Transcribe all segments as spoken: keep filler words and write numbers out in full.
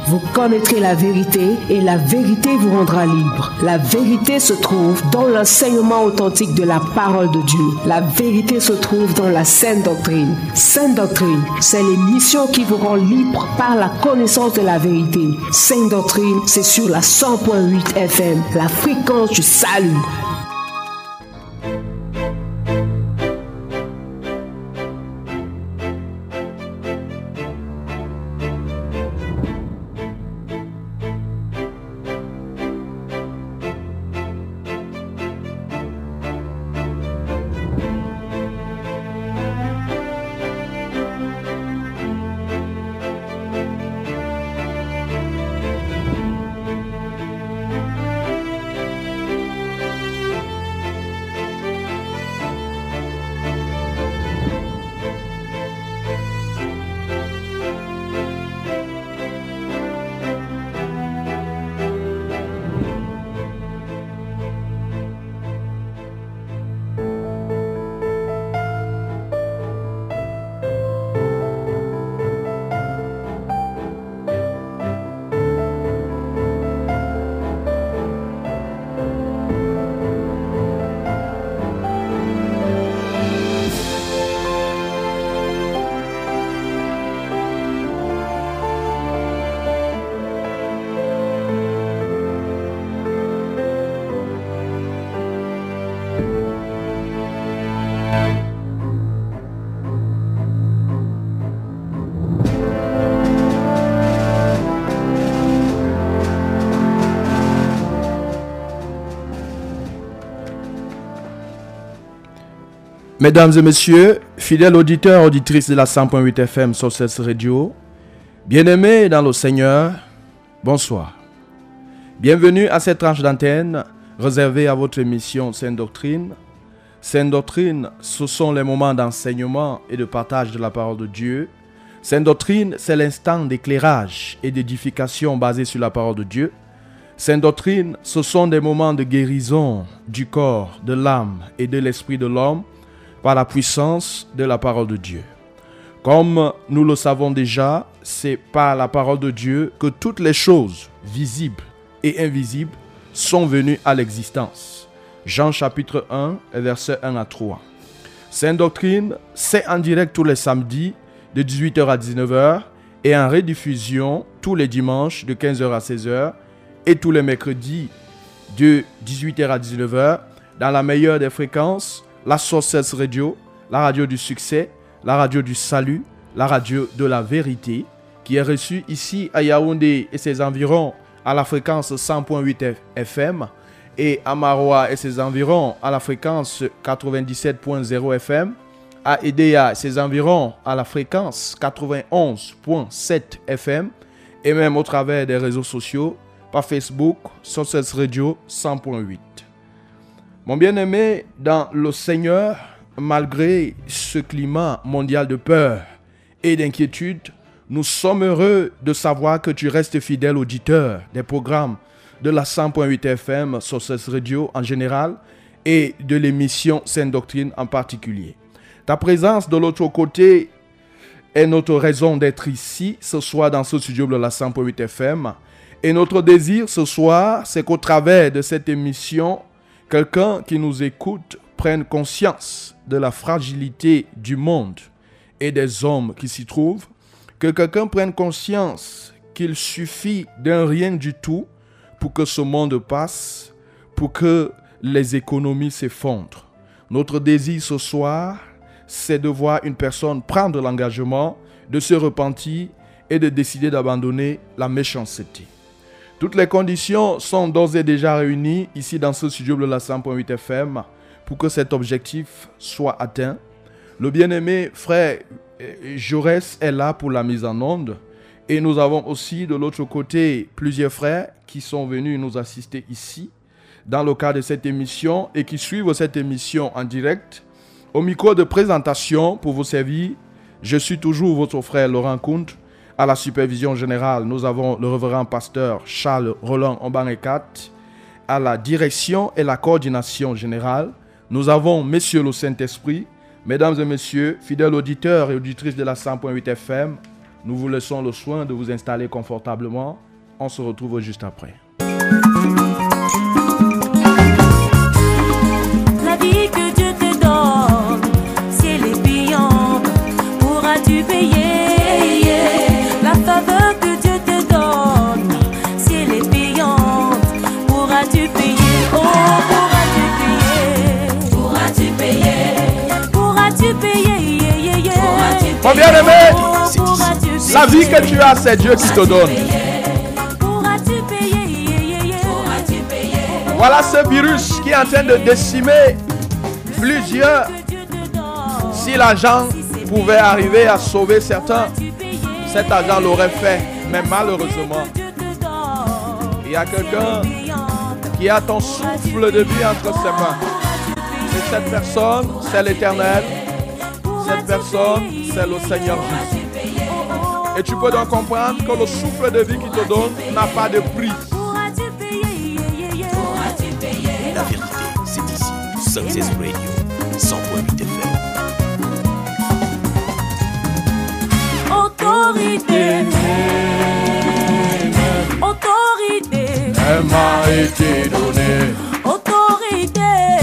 Vous connaîtrez la vérité et la vérité vous rendra libre. La vérité se trouve dans l'enseignement authentique de la parole de Dieu. La vérité se trouve dans la Sainte Doctrine. Sainte Doctrine, c'est l'émission qui vous rend libre par la connaissance de la vérité. Sainte Doctrine, c'est sur la cent point huit F M, la fréquence du salut. Mesdames et messieurs, fidèles auditeurs, auditrices de la cent point huit F M Sources Radio, bien-aimés dans le Seigneur, bonsoir. Bienvenue à cette tranche d'antenne réservée à votre émission Sainte Doctrine. Sainte Doctrine, ce sont les moments d'enseignement et de partage de la parole de Dieu. Sainte Doctrine, c'est l'instant d'éclairage et d'édification basé sur la parole de Dieu. Sainte Doctrine, ce sont des moments de guérison du corps, de l'âme et de l'esprit de l'homme par la puissance de la parole de Dieu. Comme nous le savons déjà, c'est par la parole de Dieu que toutes les choses visibles et invisibles sont venues à l'existence. Jean chapitre un, versets un à trois. Sainte Doctrine, c'est en direct tous les samedis de dix-huit heures à dix-neuf heures et en rediffusion tous les dimanches de quinze heures à seize heures et tous les mercredis de dix-huit heures à dix-neuf heures dans la meilleure des fréquences, la Sources Radio, la radio du succès, la radio du salut, la radio de la vérité, qui est reçue ici à Yaoundé et ses environs à la fréquence cent point huit F M et à Maroua et ses environs à la fréquence quatre-vingt-dix-sept point zéro F M, à Edea et ses environs à la fréquence quatre-vingt-onze point sept F M et même au travers des réseaux sociaux par Facebook, Sources Radio cent point huit. Mon bien-aimé dans le Seigneur, malgré ce climat mondial de peur et d'inquiétude, nous sommes heureux de savoir que tu restes fidèle auditeur des programmes de la cent point huit F M, Sources Radio en général, et de l'émission Sainte Doctrine en particulier. Ta présence de l'autre côté est notre raison d'être ici, ce soir dans ce studio de la cent point huit F M. Et notre désir ce soir, c'est qu'au travers de cette émission, quelqu'un qui nous écoute prenne conscience de la fragilité du monde et des hommes qui s'y trouvent, que quelqu'un prenne conscience qu'il suffit d'un rien du tout pour que ce monde passe, pour que les économies s'effondrent. Notre désir ce soir, c'est de voir une personne prendre l'engagement de se repentir et de décider d'abandonner la méchanceté. Toutes les conditions sont d'ores et déjà réunies ici dans ce studio de la cent point huit F M pour que cet objectif soit atteint. Le bien-aimé frère Jaurès est là pour la mise en onde et nous avons aussi de l'autre côté plusieurs frères qui sont venus nous assister ici dans le cadre de cette émission et qui suivent cette émission en direct. Au micro de présentation pour vous servir, je suis toujours votre frère Laurent Koundt. À la supervision générale, nous avons le révérend pasteur Charles Roland Ombanekat. À la direction et la coordination générale, nous avons Monsieur le Saint-Esprit. Mesdames et messieurs, fidèles auditeurs et auditrices de la cent point huit F M, Nous vous laissons le soin de vous installer confortablement. On se retrouve juste après. La vie que Dieu te donne, si elle est payante, pourras-tu payer? La faveur que Dieu te donne, si elle est payante, pourras-tu payer? Oh, pourras-tu payer? Pourras-tu payer? Pourras-tu payer? Mon bien-aimé, la vie que tu as, c'est Dieu qui te donne. Voilà ce virus qui est en train de décimer plusieurs. Si l'argent pouvait arriver à sauver certains, cet argent l'aurait fait. Mais malheureusement, il y a quelqu'un qui a ton souffle de vie entre ses mains. Et cette personne, c'est l'Éternel. Cette personne, c'est le Seigneur Jésus. Et tu peux donc comprendre que le souffle de vie qu'il te donne n'a pas de prix. La vérité, c'est ici. Success Radio, cent point huit F M. Autorité, autorité, Elle m'a été donnée. autorité,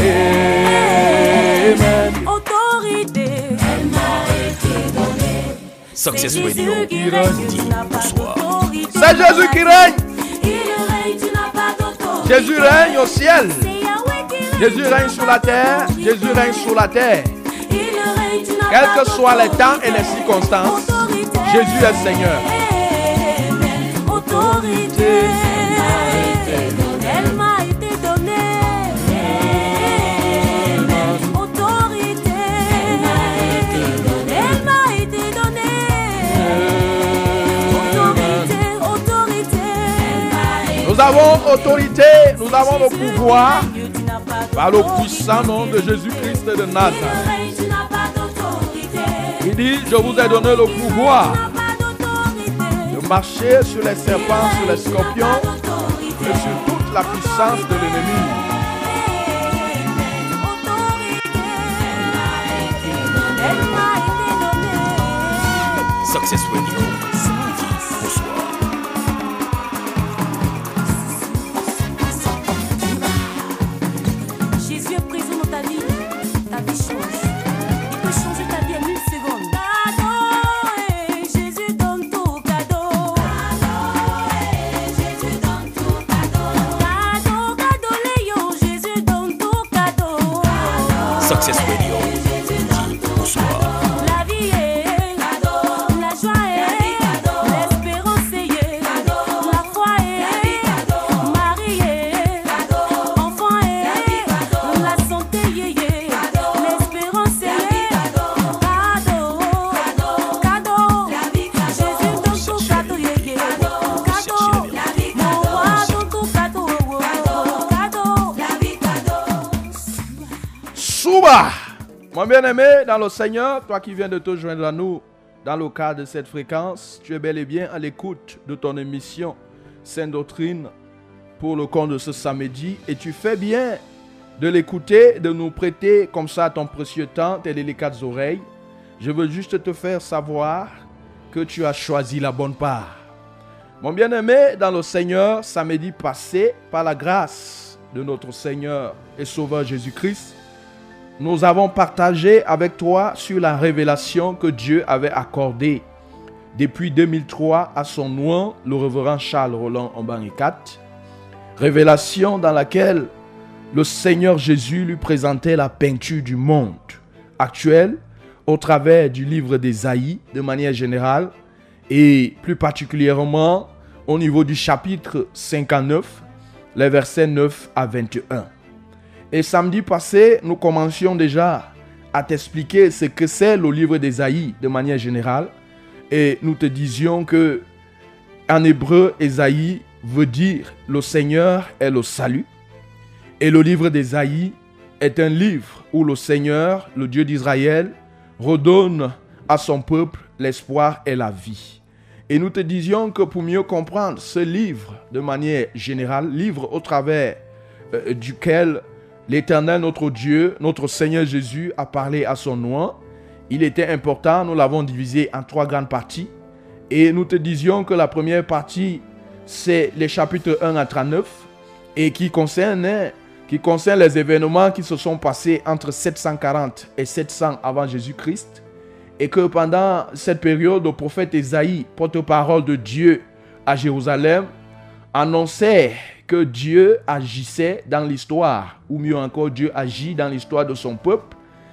Amen. autorité, elle m'a été donnée. Success C'est Radio, Jésus qui règne, dit tu n'as pas bonsoir. d'autorité. C'est Jésus qui règne. Il règne, tu n'as pas d'autorité. Jésus règne au ciel. C'est Yahweh qui règne, Jésus règne sur la terre. Jésus règne sur la terre. il règne, tu n'as Quels pas que soient les temps et d'autorité. les circonstances, Autorité. Jésus est Seigneur. Amen. Autorité, elle m'a été donnée. Autorité, elle m'a été donnée. Autorité, autorité. Nous avons autorité, nous avons le pouvoir par le puissant nom de Jésus-Christ de Nazareth. Il dit, je vous ai donné le pouvoir de marcher sur les serpents, sur les scorpions et sur toute la puissance de l'ennemi. Success Radio, dit bonsoir. Jésus est présent dans ta vie, ta vie change. Il peut changer ta vie en une seconde. Cadeau, eh, Jésus donne tout cadeau. Cadeau, eh, Jésus donne tout cadeau. Cadeau, cadeau, Léon, Jésus donne tout cadeau. Success Radio, dit bonsoir. La vie est cadeau, la joie est cadeau, l'espérance est cadeau, la foi est cadeau, Marie est cadeau, enfant est la santé est cadeau, l'espérance est cadeau, cadeau, cadeau, Jésus donne tout cadeau, cadeau, mon roi donne tout cadeau, cadeau, Souba! Mon bien-aimé dans le Seigneur, toi qui viens de te joindre à nous dans le cadre de cette fréquence, tu es bel et bien à l'écoute de ton émission Sainte Doctrine pour le compte de ce samedi et tu fais bien de l'écouter, de nous prêter comme ça ton précieux temps, tes délicates oreilles. Je veux juste te faire savoir que tu as choisi la bonne part. Mon bien-aimé dans le Seigneur, samedi passé, par la grâce de notre Seigneur et Sauveur Jésus-Christ, nous avons partagé avec toi sur la révélation que Dieu avait accordée depuis deux mille trois à son noir, le révérend Charles Roland Ombanikat. Révélation dans laquelle le Seigneur Jésus lui présentait la peinture du monde actuel au travers du livre d'Ésaïe de manière générale et plus particulièrement au niveau du chapitre cinquante-neuf, les versets neuf à vingt et un. Et samedi passé, nous commencions déjà à t'expliquer ce que c'est le livre d'Ésaïe de manière générale. Et nous te disions que en hébreu, Ésaïe veut dire le Seigneur est le salut. Et le livre d'Ésaïe est un livre où le Seigneur, le Dieu d'Israël, redonne à son peuple l'espoir et la vie. Et nous te disions que pour mieux comprendre ce livre de manière générale, livre au travers euh, duquel l'Éternel, notre Dieu, notre Seigneur Jésus a parlé à son nom, il était important, nous l'avons divisé en trois grandes parties. Et nous te disions que la première partie, c'est les chapitres un à trente-neuf et qui concerne, qui concerne les événements qui se sont passés entre sept cent quarante et sept cents avant Jésus-Christ. Et que pendant cette période, le prophète Ésaïe, porte-parole de Dieu à Jérusalem, annonçait que Dieu agissait dans l'histoire, ou mieux encore, Dieu agit dans l'histoire de son peuple.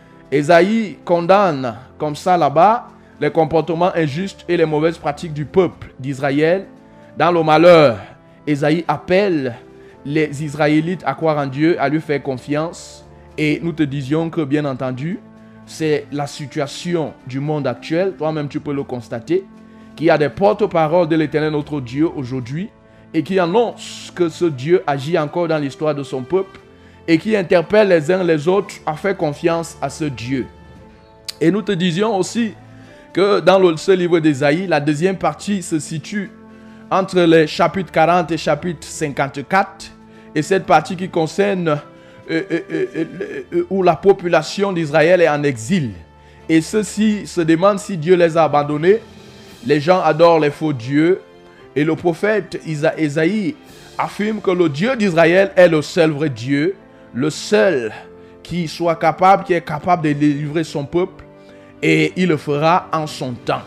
Ésaïe condamne comme ça là-bas les comportements injustes et les mauvaises pratiques du peuple d'Israël. Dans le malheur, Ésaïe appelle les Israélites à croire en Dieu, à lui faire confiance. Et nous te disions que, bien entendu, c'est la situation du monde actuel, toi-même tu peux le constater, qu'il y a des porte-paroles de l'Éternel notre Dieu aujourd'hui et qui annoncent que ce Dieu agit encore dans l'histoire de son peuple et qui interpellent les uns les autres à faire confiance à ce Dieu. Et nous te disions aussi que dans le, ce livre d'Ésaïe, la deuxième partie se situe entre les chapitres quarante et chapitre cinquante-quatre, et cette partie qui concerne euh, euh, euh, euh, où la population d'Israël est en exil. Et ceux-ci se demandent si Dieu les a abandonnés. Les gens adorent les faux dieux. Et le prophète Ésaïe affirme que le Dieu d'Israël est le seul vrai Dieu, le seul qui soit capable, qui est capable de délivrer son peuple, et il le fera en son temps.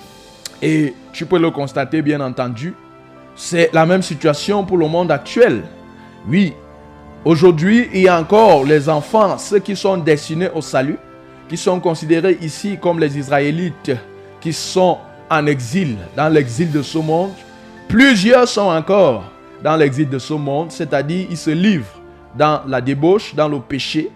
Et tu peux le constater, bien entendu, c'est la même situation pour le monde actuel. Oui, aujourd'hui, il y a encore les enfants, ceux qui sont destinés au salut, qui sont considérés ici comme les Israélites, qui sont en exil, dans l'exil de ce monde. Plusieurs sont encore dans l'exil de ce monde, c'est-à-dire ils se livrent dans la débauche, dans le péché.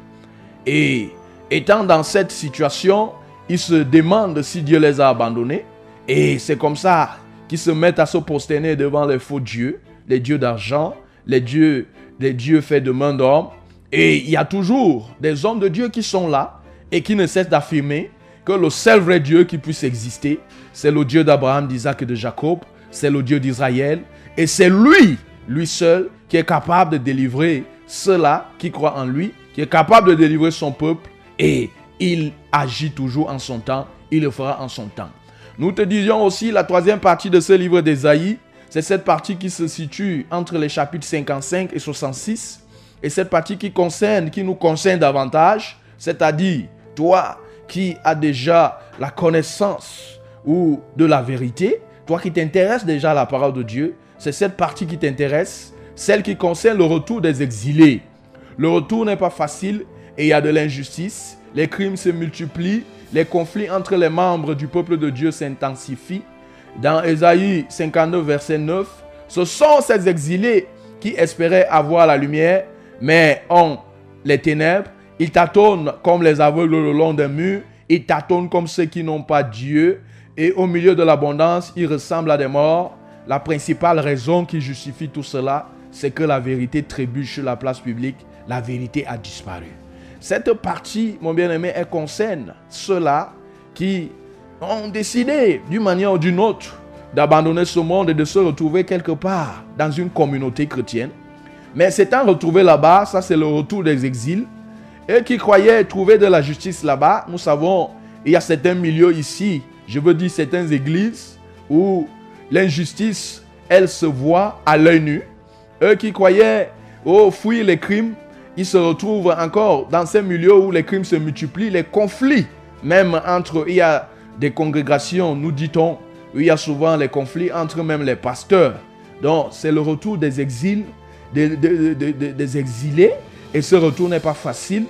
Et étant dans cette situation, ils se demandent si Dieu les a abandonnés. Et c'est comme ça qu'ils se mettent à se prosterner devant les faux dieux, les dieux d'argent, les dieux, les dieux faits de main d'homme. Et il y a toujours des hommes de Dieu qui sont là et qui ne cessent d'affirmer que le seul vrai Dieu qui puisse exister, c'est le Dieu d'Abraham, d'Isaac et de Jacob. C'est le Dieu d'Israël. Et c'est lui, lui seul, qui est capable de délivrer ceux-là qui croient en lui, qui est capable de délivrer son peuple. Et il agit toujours en son temps. Il le fera en son temps. Nous te disions aussi la troisième partie de ce livre d'Ésaïe. C'est cette partie qui se situe entre les chapitres cinquante-cinq et soixante-six. Et cette partie qui concerne, qui nous concerne davantage, c'est-à-dire toi qui as déjà la connaissance ou de la vérité, toi qui t'intéresses déjà à la parole de Dieu, c'est cette partie qui t'intéresse, celle qui concerne le retour des exilés. Le retour n'est pas facile et il y a de l'injustice, les crimes se multiplient, les conflits entre les membres du peuple de Dieu s'intensifient. Dans Ésaïe cinquante-neuf, verset neuf, ce sont ces exilés qui espéraient avoir la lumière, mais ont les ténèbres. Ils tâtonnent comme les aveugles le long des murs, ils tâtonnent comme ceux qui n'ont pas Dieu. Et au milieu de l'abondance, ils ressemblent à des morts. La principale raison qui justifie tout cela, c'est que la vérité trébuche sur la place publique. La vérité a disparu. Cette partie, mon bien-aimé, elle concerne ceux-là qui ont décidé, d'une manière ou d'une autre, d'abandonner ce monde et de se retrouver quelque part dans une communauté chrétienne. Mais s'étant retrouvés là-bas, ça c'est le retour des exils. Et qui croyaient trouver de la justice là-bas, nous savons, il y a certains milieux ici, je veux dire certaines églises où l'injustice, elle se voit à l'œil nu. Eux qui croyaient oh, fuir les crimes, ils se retrouvent encore dans ces milieux où les crimes se multiplient, les conflits, même entre, il y a des congrégations, nous dit-on, où il y a souvent les conflits entre même les pasteurs. Donc c'est le retour des exils, des, des, des, des, des exilés, et ce retour n'est pas facile.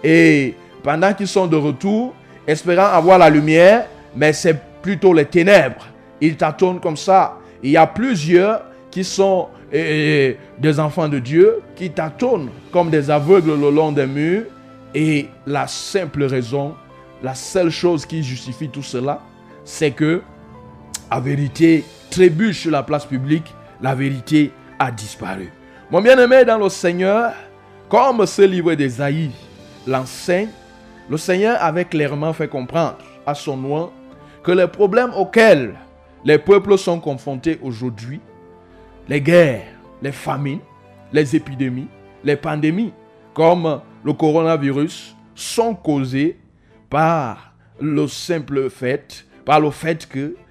Et pendant qu'ils sont de retour, espérant avoir la lumière, mais c'est plutôt les ténèbres. Ils tâtonnent comme ça. Il y a plusieurs qui sont euh, des enfants de Dieu, qui tâtonnent comme des aveugles le long des murs. Et la simple raison, la seule chose qui justifie tout cela, c'est que la vérité trébuche sur la place publique. La vérité a disparu. Mon bien-aimé dans le Seigneur, comme ce livre d'Ésaïe l'enseigne, le Seigneur avait clairement fait comprendre à son oint que les problèmes auxquels les peuples sont confrontés aujourd'hui, les guerres, les famines, les épidémies, les pandémies, comme le coronavirus, sont causés par le simple fait, par le fait que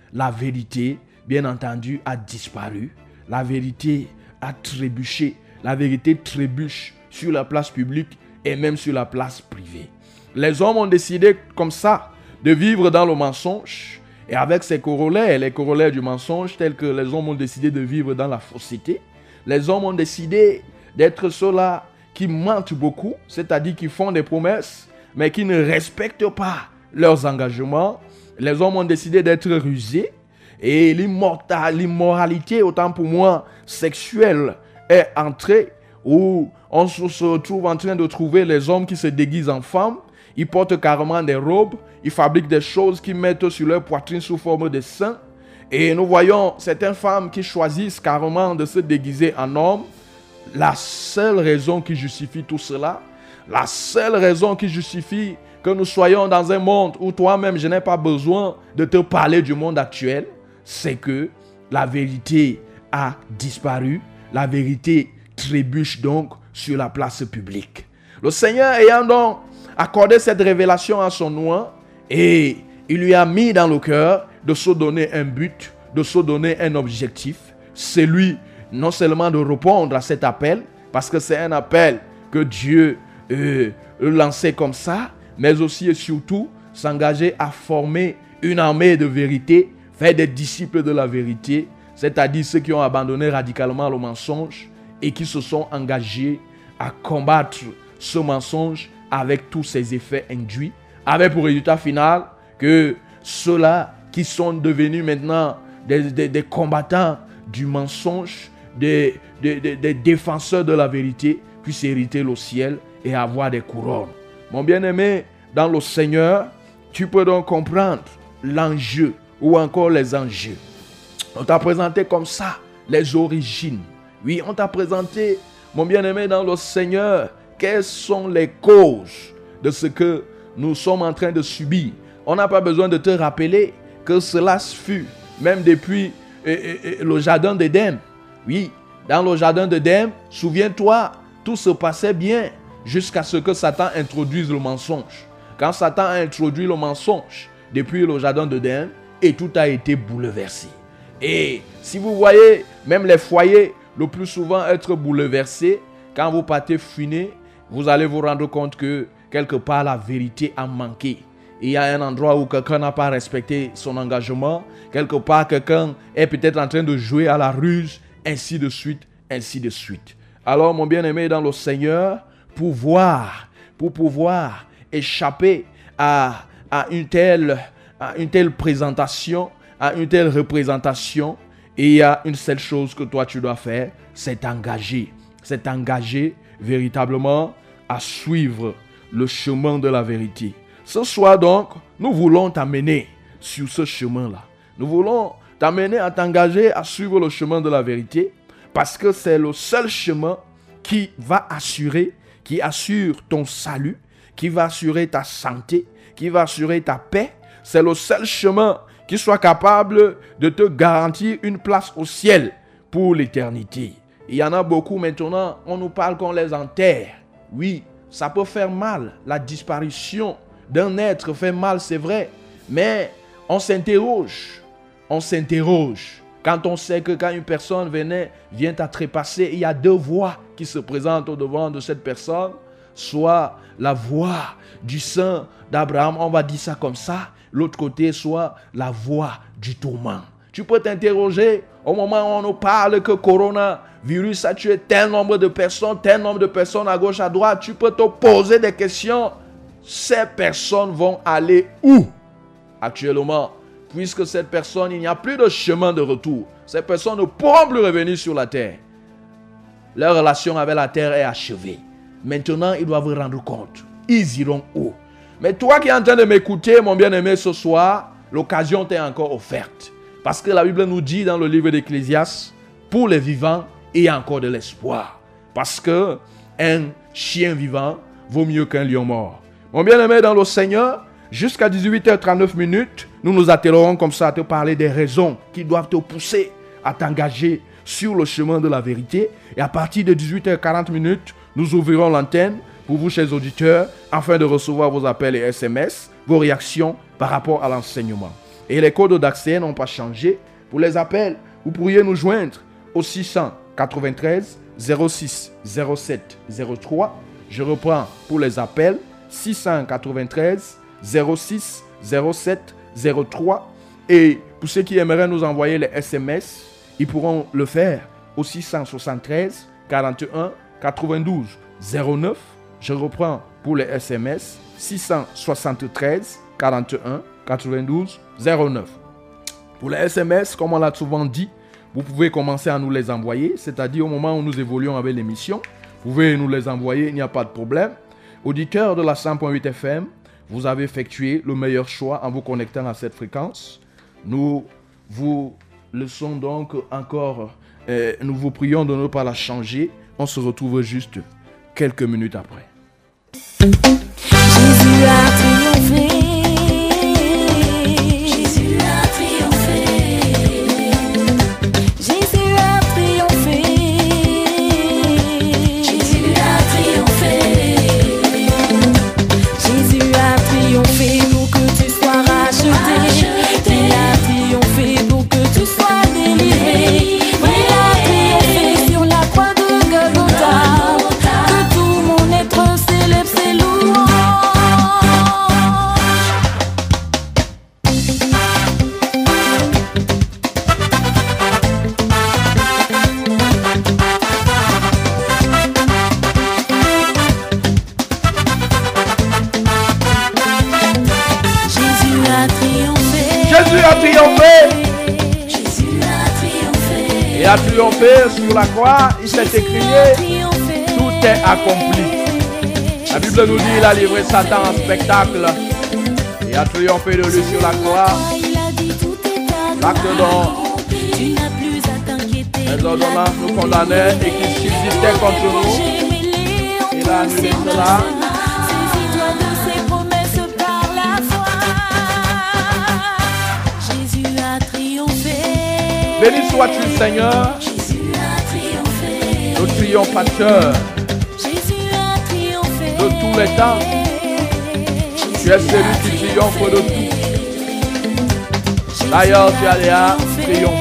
la vérité, bien entendu, a disparu. La vérité a trébuché. La vérité trébuche sur la place publique et même sur la place privée. Les hommes ont décidé comme ça de vivre dans le mensonge et avec ses corollaires, les corollaires du mensonge, tels que les hommes ont décidé de vivre dans la fausseté. Les hommes ont décidé d'être ceux-là qui mentent beaucoup, c'est-à-dire qui font des promesses, mais qui ne respectent pas leurs engagements. Les hommes ont décidé d'être rusés et l'immoralité, autant pour moi, sexuelle, est entrée où on se retrouve en train de trouver les hommes qui se déguisent en femmes. Ils portent carrément des robes, ils fabriquent des choses qu'ils mettent sur leur poitrine sous forme de seins. Et nous voyons certaines femmes qui choisissent carrément de se déguiser en homme. La seule raison qui justifie tout cela, la seule raison qui justifie que nous soyons dans un monde où toi-même je n'ai pas besoin de te parler du monde actuel, c'est que la vérité a disparu, la vérité trébuche donc sur la place publique. Le Seigneur ayant donc accordé cette révélation à son oint et il lui a mis dans le cœur de se donner un but, de se donner un objectif, c'est lui non seulement de répondre à cet appel, parce que c'est un appel que Dieu euh, lançait comme ça, mais aussi et surtout s'engager à former une armée de vérité, faire des disciples de la vérité, c'est-à-dire ceux qui ont abandonné radicalement le mensonge et qui se sont engagés à combattre ce mensonge avec tous ses effets induits, avec pour résultat final que ceux-là qui sont devenus maintenant des, des, des combattants du mensonge, des, des, des, des défenseurs de la vérité, puissent hériter le ciel et avoir des couronnes. Mon bien-aimé, dans le Seigneur, tu peux donc comprendre l'enjeu ou encore les enjeux. On t'a présenté comme ça les origines. Oui, on t'a présenté, mon bien-aimé, dans le Seigneur, quelles sont les causes de ce que nous sommes en train de subir. On n'a pas besoin de te rappeler que cela fut même depuis euh, euh, le jardin d'Éden. Oui, dans le jardin d'Éden, souviens-toi, tout se passait bien jusqu'à ce que Satan introduise le mensonge. Quand Satan a introduit le mensonge depuis le jardin d'Éden, et tout a été bouleversé. Et si vous voyez même les foyers le plus souvent être bouleversés, quand vous partez fuiner, vous allez vous rendre compte que quelque part la vérité a manqué. Il y a un endroit où quelqu'un n'a pas respecté son engagement, quelque part quelqu'un est peut-être en train de jouer à la ruse, ainsi de suite, ainsi de suite. Alors mon bien-aimé dans le Seigneur, pour voir, pour pouvoir échapper à, à, une telle, à une telle présentation, à une telle représentation, il y a une seule chose que toi tu dois faire, c'est t'engager. C'est t'engager véritablement à suivre le chemin de la vérité. Ce soir donc, nous voulons t'amener sur ce chemin-là. Nous voulons t'amener à t'engager à suivre le chemin de la vérité parce que c'est le seul chemin qui va assurer, qui assure ton salut, qui va assurer ta santé, qui va assurer ta paix. C'est le seul chemin qui soit capable de te garantir une place au ciel pour l'éternité. Il y en a beaucoup maintenant, on nous parle qu'on les enterre. Oui, ça peut faire mal, la disparition d'un être fait mal, c'est vrai. Mais on s'interroge, on s'interroge. Quand on sait que quand une personne venait, vient à trépasser, il y a deux voix qui se présentent au devant de cette personne. Soit la voix du sang d'Abraham, on va dire ça comme ça. L'autre côté, soit la voix du tourment. Tu peux t'interroger au moment où on nous parle que coronavirus a tué tel nombre de personnes, tel nombre de personnes à gauche, à droite. Tu peux te poser des questions. Ces personnes vont aller où actuellement? Puisque cette personne, il n'y a plus de chemin de retour. Ces personnes ne pourront plus revenir sur la terre. Leur relation avec la terre est achevée. Maintenant, ils doivent rendre compte. Ils iront où? Mais toi qui es en train de m'écouter, mon bien-aimé, ce soir, l'occasion t'est encore offerte. Parce que la Bible nous dit dans le livre d'Ecclésiaste, pour les vivants, il y a encore de l'espoir. Parce que un chien vivant vaut mieux qu'un lion mort. Mon bien-aimé dans le Seigneur, jusqu'à dix-huit heures trente-neuf minutes, nous nous attellerons comme ça à te parler des raisons qui doivent te pousser à t'engager sur le chemin de la vérité. Et à partir de dix-huit heures quarante minutes, nous ouvrirons l'antenne pour vous, chers auditeurs, afin de recevoir vos appels et S M S, vos réactions par rapport à l'enseignement. Et les codes d'accès n'ont pas changé. Pour les appels, vous pourriez nous joindre au six cent quatre-vingt-treize zéro six zéro sept zéro trois. Je reprends pour les appels, six cent quatre-vingt-treize zéro six zéro sept zéro trois. Et pour ceux qui aimeraient nous envoyer les S M S, ils pourront le faire au six cent soixante-treize quarante et un quatre-vingt-douze zéro neuf. Je reprends pour les S M S, six cent soixante-treize quarante et un quatre-vingt-douze zéro neuf. Pour les S M S, comme on l'a souvent dit, vous pouvez commencer à nous les envoyer, c'est-à-dire au moment où nous évoluons avec l'émission, vous pouvez nous les envoyer, il n'y a pas de problème. Auditeurs de la cent point huit F M, vous avez effectué le meilleur choix en vous connectant à cette fréquence. Nous vous laissons donc encore, euh, nous vous prions de ne pas la changer. On se retrouve juste quelques minutes après. Jésus a triomphé. Jésus a triomphé. Jésus a triomphé. Jésus a triomphé. Jésus a triomphé pour que tu sois racheté. Il a triomphé pour que tu sois délivré. Il a triomphé sur la croix de Golgotha. Que tout mon être célèbre ses louanges. Jésus a triomphé. Jésus a triomphé. Jésus a triomphé. Et a triomphé sur la croix. Il s'est écrié, tout est accompli. La Bible nous dit, il a livré Satan en spectacle et a triomphé de lui sur la croix. L'acte dont les ordonnances nous condamnaient et qui subsistaient contre nous, il a annulé cela. Saisis-toi de ses promesses par la foi. Jésus a triomphé. Béni sois-tu, Seigneur, Jésus a triomphé. le triomphateur Jésus a triomphé. de tous les temps. Tu es celui qui triomphe de tout. D'ailleurs, tu as déjà triomphé.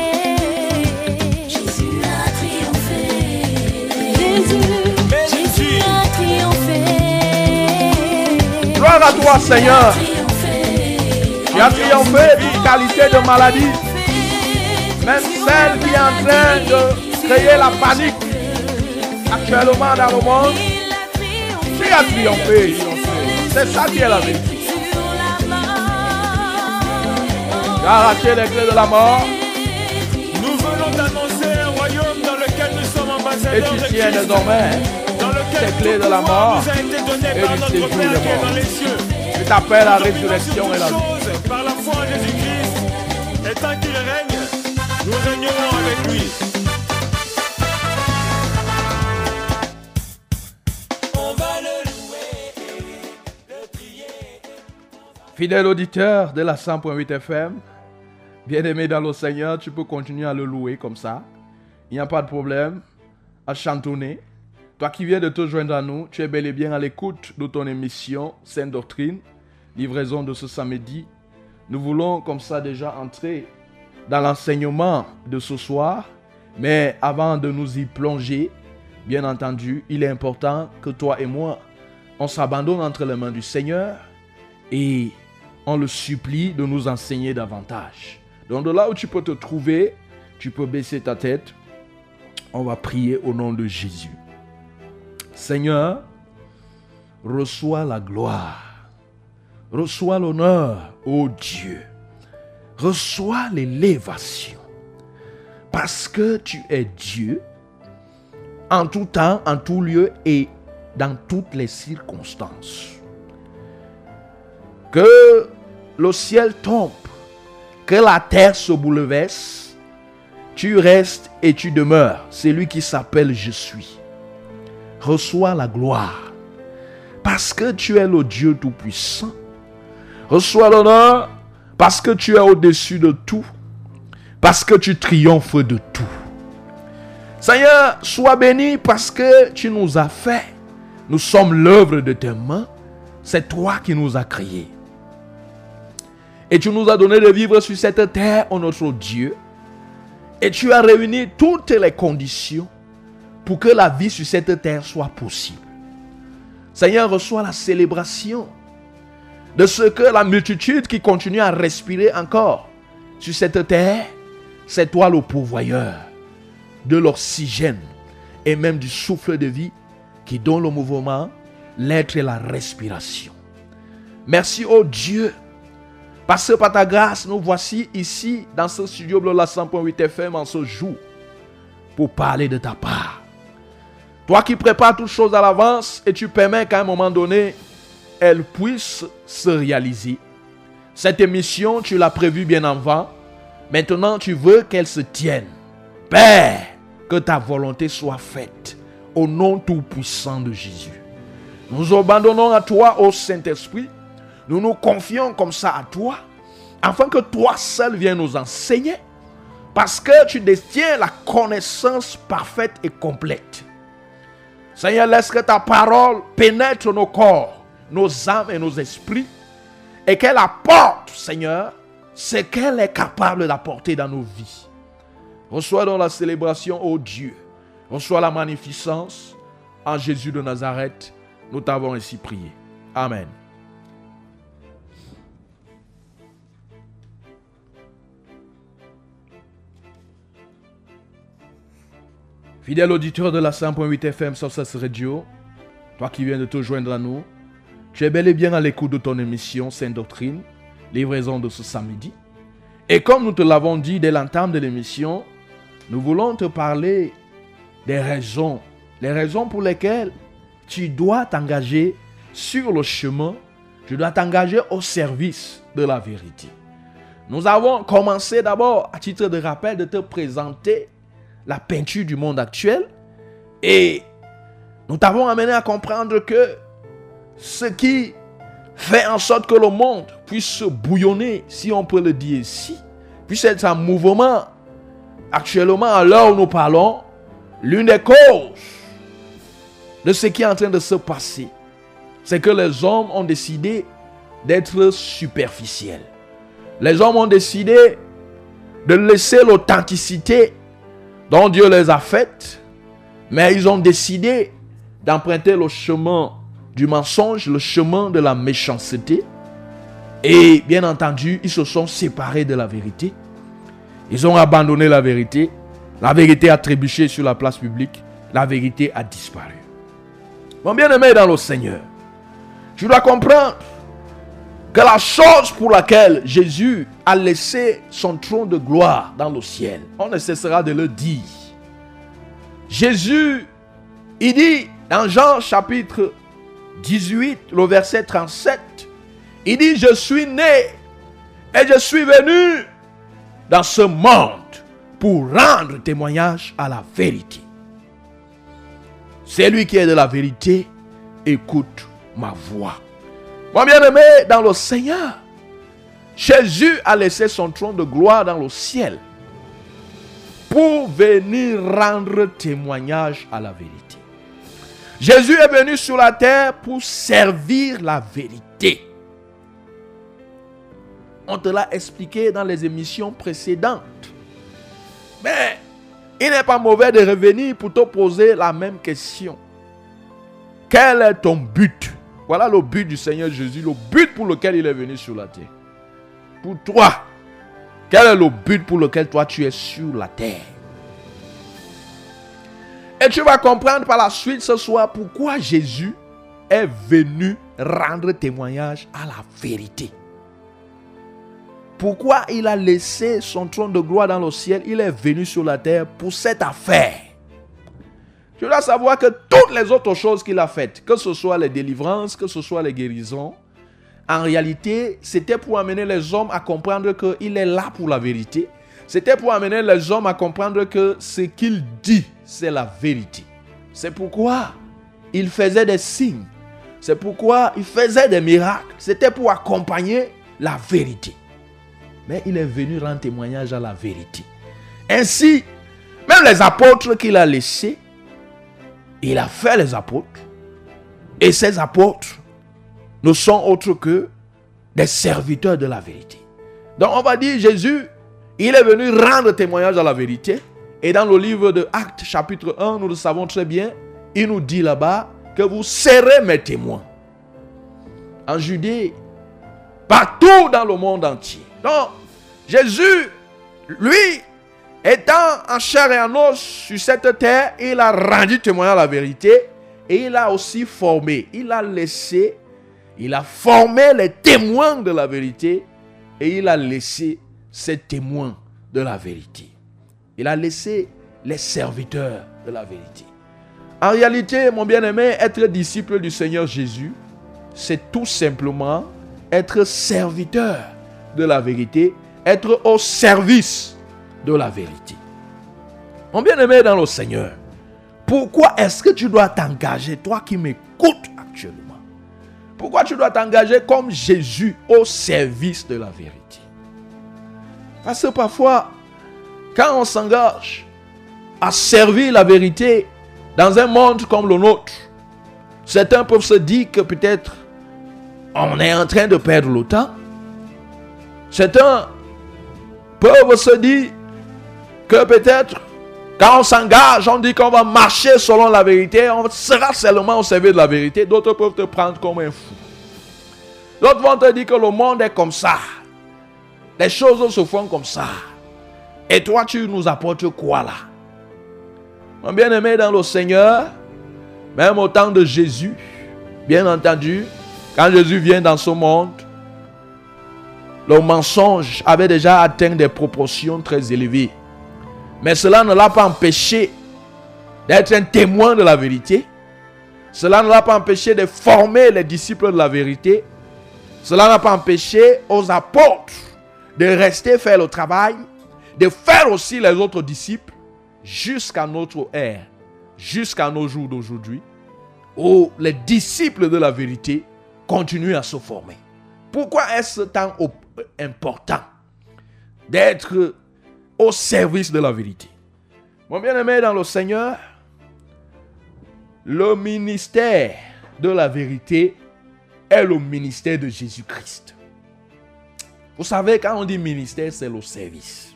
Jésus a triomphé. Jésus, Jésus a triomphé. Gloire à toi, Seigneur. Tu as triomphé d'une qualité de maladie. Même celle qui est en train de créer la panique actuellement dans le monde. Tu as triomphé. C'est ça qui est la vérité. Tu as arraché les clés de la mort. Nous venons d'annoncer un royaume dans lequel nous sommes Et ambassadeurs tu de tiens Christ, désormais dans lequel les clés tout de la pouvoir mort nous a été donné et par du notre séjour Père des qui est morts. dans les cieux. Tu t'appelles la Nous dominons résurrection sur et la toutes vie. choses par la foi en Jésus-Christ. Et tant qu'il règne, nous régnerons avec lui. On va le louer, le prier. Fidèle auditeur de la cent point huit F M, bien-aimé dans le Seigneur, tu peux continuer à le louer comme ça. Il n'y a pas de problème à chantonner. Toi qui viens de te joindre à nous, tu es bel et bien à l'écoute de ton émission Sainte Doctrine, livraison de ce samedi. Nous voulons comme ça déjà entrer dans l'enseignement de ce soir. Mais avant de nous y plonger, bien entendu, il est important que toi et moi, on s'abandonne entre les mains du Seigneur et on le supplie de nous enseigner davantage. Donc de là où tu peux te trouver, tu peux baisser ta tête. On va prier au nom de Jésus. Seigneur, reçois la gloire, reçois l'honneur, ô Dieu, reçois l'élévation, parce que tu es Dieu, en tout temps, en tout lieu et dans toutes les circonstances. Que le ciel tombe, que la terre se bouleverse, tu restes et tu demeures, celui qui s'appelle Je suis. Reçois la gloire, parce que tu es le Dieu Tout-Puissant. Reçois l'honneur, parce que tu es au-dessus de tout, parce que tu triomphes de tout. Seigneur, sois béni parce que tu nous as fait. Nous sommes l'œuvre de tes mains. C'est toi qui nous as créés. Et tu nous as donné de vivre sur cette terre, ô notre Dieu. Et tu as réuni toutes les conditions pour que la vie sur cette terre soit possible. Seigneur, reçois la célébration de ce que la multitude qui continue à respirer encore sur cette terre, c'est toi le pourvoyeur de l'oxygène et même du souffle de vie qui donne le mouvement, l'être et la respiration. Merci, ô Dieu, parce que par ta grâce, nous voici ici dans ce studio Bleu la cent point huit F M en ce jour pour parler de ta part. Toi qui prépares toutes choses à l'avance et tu permets qu'à un moment donné, elles puissent se réaliser. Cette émission, tu l'as prévue bien avant. Maintenant, tu veux qu'elle se tienne. Père, que ta volonté soit faite au nom tout-puissant de Jésus. Nous abandonnons à toi, ô Saint-Esprit. Nous nous confions comme ça à toi, afin que toi seul viennes nous enseigner, parce que tu détiens la connaissance parfaite et complète. Seigneur, laisse que ta parole pénètre nos corps, nos âmes et nos esprits, et qu'elle apporte, Seigneur, ce qu'elle est capable d'apporter dans nos vies. Reçois donc la célébration, ô Dieu. Reçois la magnificence. En Jésus de Nazareth, nous t'avons ainsi prié. Amen. Fidèle auditeur de la cent point huit F M Success Radio, toi qui viens de te joindre à nous, tu es bel et bien à l'écoute de ton émission Sainte Doctrine, livraison de ce samedi. Et comme nous te l'avons dit dès l'entame de l'émission, nous voulons te parler des raisons, les raisons pour lesquelles tu dois t'engager sur le chemin, tu dois t'engager au service de la vérité. Nous avons commencé d'abord, à titre de rappel, de te présenter la peinture du monde actuel et nous t'avons amené à comprendre que ce qui fait en sorte que le monde puisse se bouillonner, si on peut le dire ainsi, puisse être en mouvement actuellement à l'heure où nous parlons, l'une des causes de ce qui est en train de se passer, c'est que les hommes ont décidé d'être superficiels. Les hommes ont décidé de laisser l'authenticité dont Dieu les a faites, mais ils ont décidé d'emprunter le chemin du mensonge, le chemin de la méchanceté. Et bien entendu, ils se sont séparés de la vérité. Ils ont abandonné la vérité. La vérité a trébuché sur la place publique. La vérité a disparu. Mon bien-aimé dans le Seigneur, tu dois comprendre que la chose pour laquelle Jésus a laissé son trône de gloire dans le ciel, on ne cessera de le dire. Jésus, il dit dans Jean chapitre dix-huit, le verset trente-sept, il dit: je suis né et je suis venu dans ce monde pour rendre témoignage à la vérité. Celui qui est de la vérité, écoute ma voix. Mon bien-aimé dans le Seigneur, Jésus a laissé son trône de gloire dans le ciel pour venir rendre témoignage à la vérité. Jésus est venu sur la terre pour servir la vérité. On te l'a expliqué dans les émissions précédentes. Mais il n'est pas mauvais de revenir pour te poser la même question. Quel est ton but? Voilà le but du Seigneur Jésus, le but pour lequel il est venu sur la terre. Pour toi, quel est le but pour lequel toi tu es sur la terre? Et tu vas comprendre par la suite ce soir pourquoi Jésus est venu rendre témoignage à la vérité. Pourquoi il a laissé son trône de gloire dans le ciel, il est venu sur la terre pour cette affaire. Tu dois savoir que toutes les autres choses qu'il a faites, que ce soit les délivrances, que ce soit les guérisons, en réalité, c'était pour amener les hommes à comprendre qu'il est là pour la vérité. C'était pour amener les hommes à comprendre que ce qu'il dit, c'est la vérité. C'est pourquoi il faisait des signes. C'est pourquoi il faisait des miracles. C'était pour accompagner la vérité. Mais il est venu rendre témoignage à la vérité. Ainsi, même les apôtres qu'il a laissés, il a fait les apôtres. Et ces apôtres ne sont autres que des serviteurs de la vérité. Donc on va dire Jésus, il est venu rendre témoignage à la vérité. Et dans le livre de Actes chapitre un, nous le savons très bien, il nous dit là-bas que vous serez mes témoins. En Judée, partout dans le monde entier. Donc Jésus, lui, étant en chair et en os sur cette terre, il a rendu témoignage à la vérité et il a aussi formé, il a laissé, il a formé les témoins de la vérité et il a laissé ces témoins de la vérité. Il a laissé les serviteurs de la vérité. En réalité, mon bien-aimé, être disciple du Seigneur Jésus, c'est tout simplement être serviteur de la vérité, être au service de la vérité. Mon bien-aimé dans le Seigneur, pourquoi est-ce que tu dois t'engager, toi qui m'écoutes actuellement? Pourquoi tu dois t'engager comme Jésus au service de la vérité? Parce que parfois, quand on s'engage à servir la vérité dans un monde comme le nôtre, certains peuvent se dire que peut-être on est en train de perdre le temps. Certains peuvent se dire que peut-être quand on s'engage, on dit qu'on va marcher selon la vérité, on sera seulement au service de la vérité. D'autres peuvent te prendre comme un fou. D'autres vont te dire que le monde est comme ça. Les choses se font comme ça. Et toi, tu nous apportes quoi là? Mon bien-aimé dans le Seigneur, même au temps de Jésus, bien entendu, quand Jésus vient dans ce monde, le mensonge avait déjà atteint des proportions très élevées. Mais cela ne l'a pas empêché d'être un témoin de la vérité. Cela ne l'a pas empêché de former les disciples de la vérité. Cela n'a pas empêché aux apôtres de rester faire le travail, de faire aussi les autres disciples jusqu'à notre ère, jusqu'à nos jours d'aujourd'hui, où les disciples de la vérité continuent à se former. Pourquoi est-ce tant important d'être au service de la vérité? Mon bien-aimé dans le Seigneur, le ministère de la vérité est le ministère de Jésus-Christ. Vous savez, quand on dit ministère, c'est le service.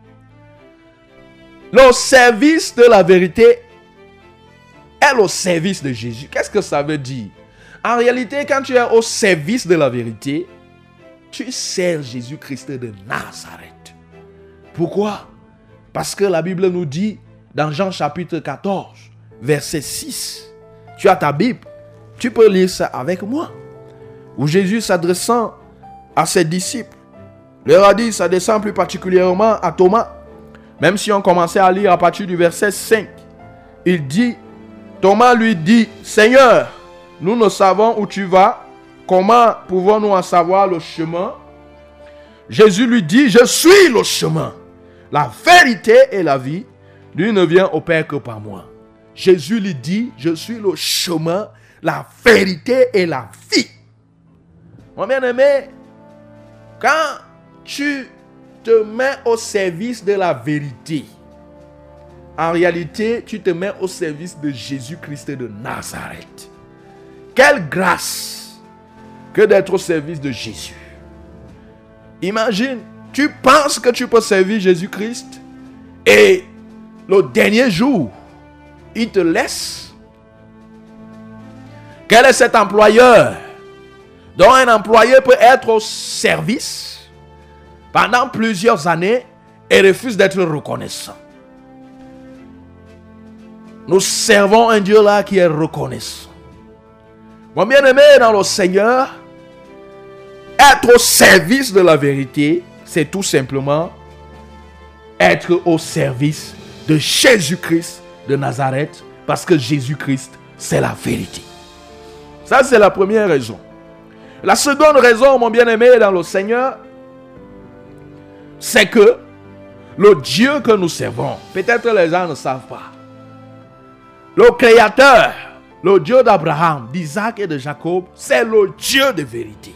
Le service de la vérité est le service de Jésus. Qu'est-ce que ça veut dire? En réalité, quand tu es au service de la vérité, tu sers Jésus-Christ de Nazareth. Pourquoi? Parce que la Bible nous dit dans Jean chapitre quatorze, verset six, tu as ta Bible, tu peux lire ça avec moi, où Jésus s'adressant à ses disciples, leur a dit, ça descend plus particulièrement à Thomas, même si on commençait à lire à partir du verset cinq, il dit, Thomas lui dit, Seigneur, nous ne savons où tu vas, comment pouvons-nous en savoir le chemin? Jésus lui dit, je suis le chemin, la vérité et la vie. Lui ne vient au Père que par moi. Jésus lui dit, je suis le chemin, la vérité et la vie. Mon bien-aimé, quand tu te mets au service de la vérité, en réalité, tu te mets au service de Jésus-Christ de Nazareth. Quelle grâce que d'être au service de Jésus. Imagine, tu penses que tu peux servir Jésus-Christ et le dernier jour, il te laisse. Quel est cet employeur dont un employé peut être au service pendant plusieurs années et refuse d'être reconnaissant? Nous servons un Dieu là qui est reconnaissant. Mon bien-aimé dans le Seigneur, être au service de la vérité, c'est tout simplement être au service de Jésus-Christ de Nazareth, parce que Jésus-Christ, c'est la vérité. Ça, c'est la première raison. La seconde raison, mon bien-aimé dans le Seigneur, c'est que le Dieu que nous servons, peut-être les gens ne savent pas, le Créateur, le Dieu d'Abraham, d'Isaac et de Jacob, c'est le Dieu de vérité.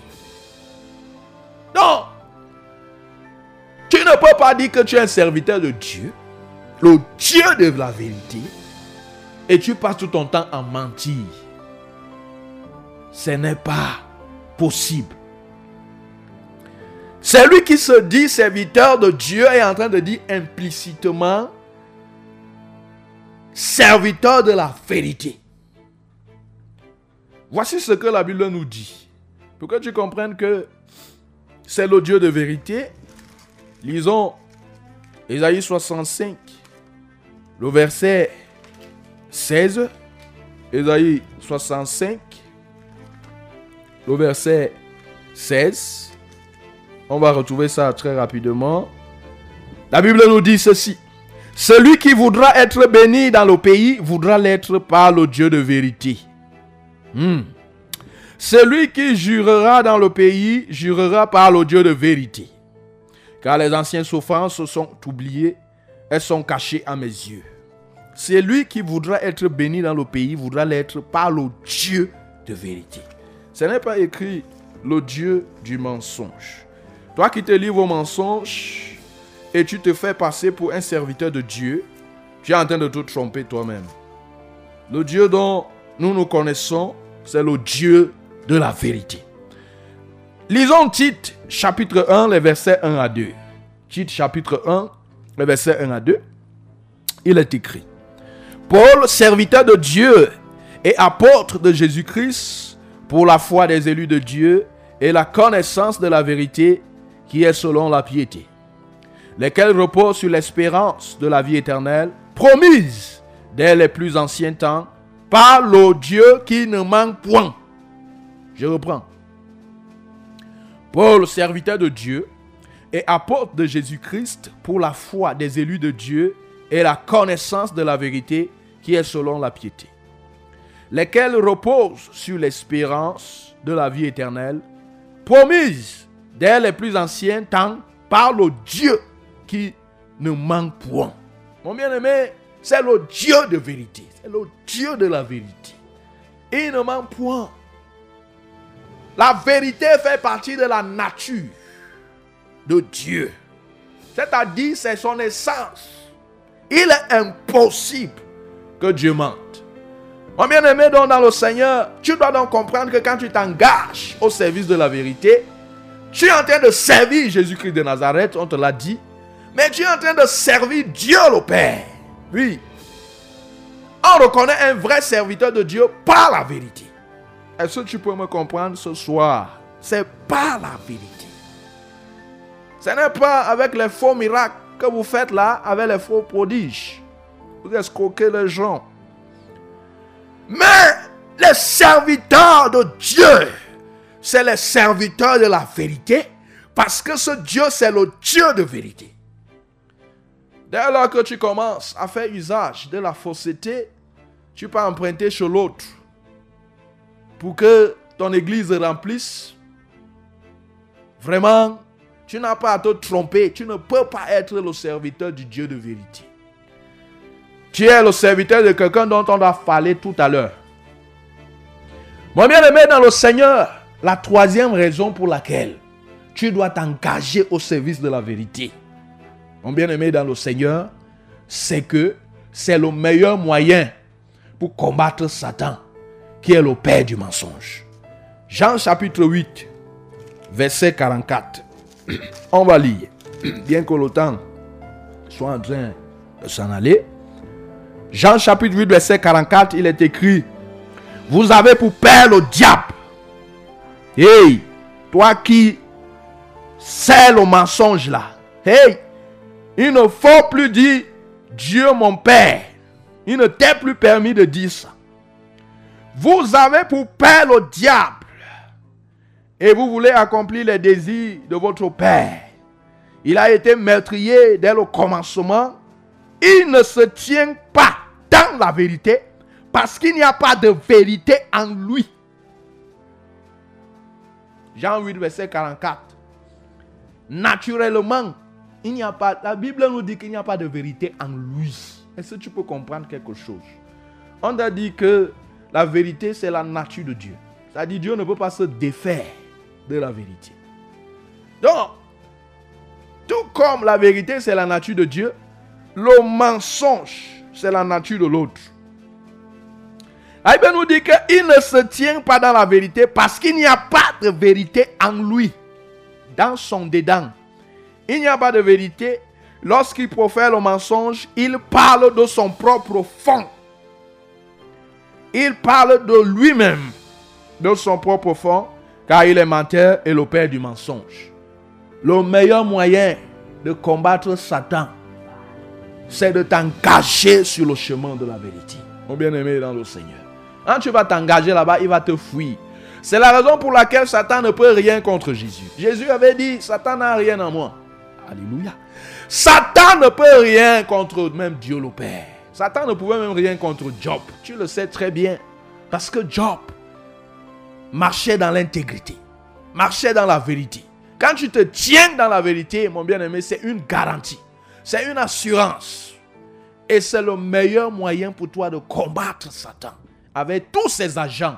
Non, tu ne peux pas dire que tu es un serviteur de Dieu, le Dieu de la vérité, et tu passes tout ton temps à mentir. Ce n'est pas possible. Celui qui se dit serviteur de Dieu est en train de dire implicitement serviteur de la vérité. Voici ce que la Bible nous dit. Pour que tu comprennes que c'est le Dieu de vérité, lisons Ésaïe soixante-cinq, le verset seize. Ésaïe soixante-cinq, le verset seize. On va retrouver ça très rapidement. La Bible nous dit ceci. Celui qui voudra être béni dans le pays voudra l'être par le Dieu de vérité. Hmm. Celui qui jurera dans le pays jurera par le Dieu de vérité. Car les anciennes souffrances sont oubliées, elles sont cachées à mes yeux. Celui qui voudra être béni dans le pays voudra l'être par le Dieu de vérité. Ce n'est pas écrit le Dieu du mensonge. Toi qui te livres au mensonge et tu te fais passer pour un serviteur de Dieu, tu es en train de te tromper toi-même. Le Dieu dont nous nous connaissons, c'est le Dieu de la vérité. Lisons Tite, chapitre un, les versets un à deux. Tite, chapitre un, les versets un à deux. Il est écrit. Paul, serviteur de Dieu et apôtre de Jésus-Christ, pour la foi des élus de Dieu et la connaissance de la vérité qui est selon la piété, lesquels reposent sur l'espérance de la vie éternelle, promise dès les plus anciens temps, par le Dieu qui ne manque point. Je reprends. Paul, serviteur de Dieu et apôtre de Jésus-Christ, pour la foi des élus de Dieu et la connaissance de la vérité qui est selon la piété, lesquels reposent sur l'espérance de la vie éternelle, promise dès les plus anciens temps par le Dieu qui ne manque point. Mon bien-aimé, c'est le Dieu de vérité, c'est le Dieu de la vérité. Il ne manque point. La vérité fait partie de la nature de Dieu. C'est-à-dire, c'est son essence. Il est impossible que Dieu mente. Mon bien-aimé, donc dans le Seigneur, tu dois donc comprendre que quand tu t'engages au service de la vérité, tu es en train de servir Jésus-Christ de Nazareth, on te l'a dit, mais tu es en train de servir Dieu le Père. Oui. On reconnaît un vrai serviteur de Dieu par la vérité. Est-ce que tu peux me comprendre ce soir? C'est par la vérité. Ce n'est pas avec les faux miracles que vous faites là, avec les faux prodiges. Vous escroquez les gens. Mais les serviteurs de Dieu, c'est les serviteurs de la vérité, parce que ce Dieu, c'est le Dieu de vérité. Dès lors que tu commences à faire usage de la fausseté, tu peux emprunter chez l'autre pour que ton église remplisse. Vraiment, tu n'as pas à te tromper. Tu ne peux pas être le serviteur du Dieu de vérité. Tu es le serviteur de quelqu'un dont on a parlé tout à l'heure. Mon bien-aimé dans le Seigneur, la troisième raison pour laquelle tu dois t'engager au service de la vérité, mon bien-aimé dans le Seigneur, c'est que c'est le meilleur moyen pour combattre Satan, qui est le père du mensonge. Jean chapitre huit, verset quarante-quatre. On va lire, bien que le temps soit en train de s'en aller. Jean chapitre huit, verset quarante-quatre, il est écrit: vous avez pour père le diable. Hey, toi qui sais le mensonge là. Hey, il ne faut plus dire Dieu mon père. Il ne t'est plus permis de dire ça. Vous avez pour père le diable. Et vous voulez accomplir les désirs de votre père. Il a été meurtrier dès le commencement. Il ne se tient pas dans la vérité parce qu'il n'y a pas de vérité en lui. Jean huit, verset quarante-quatre. Naturellement, il n'y a pas, la Bible nous dit qu'il n'y a pas de vérité en lui. Est-ce que tu peux comprendre quelque chose? On a dit que la vérité, c'est la nature de Dieu. C'est-à-dire, Dieu ne peut pas se défaire de la vérité. Donc, tout comme la vérité, c'est la nature de Dieu, le mensonge, c'est la nature de l'autre. La Bible nous dit qu'il ne se tient pas dans la vérité parce qu'il n'y a pas de vérité en lui. dans son dedans. Il n'y a pas de vérité. Lorsqu'il profère le mensonge, il parle de son propre fond. Il parle de lui-même, de son propre fond, car il est menteur et le père du mensonge. Le meilleur moyen de combattre Satan, c'est de t'engager sur le chemin de la vérité. Mon bien-aimé dans le Seigneur. Quand tu vas t'engager là-bas, il va te fuir. C'est la raison pour laquelle Satan ne peut rien contre Jésus. Jésus avait dit, Satan n'a rien en moi. Alléluia. Satan ne peut rien contre même Dieu le Père. Satan ne pouvait même rien contre Job. Tu le sais très bien. Parce que Job marchait dans l'intégrité. Marchait dans la vérité. Quand tu te tiens dans la vérité, mon bien-aimé, c'est une garantie. C'est une assurance. Et c'est le meilleur moyen pour toi de combattre Satan. Avec tous ses agents.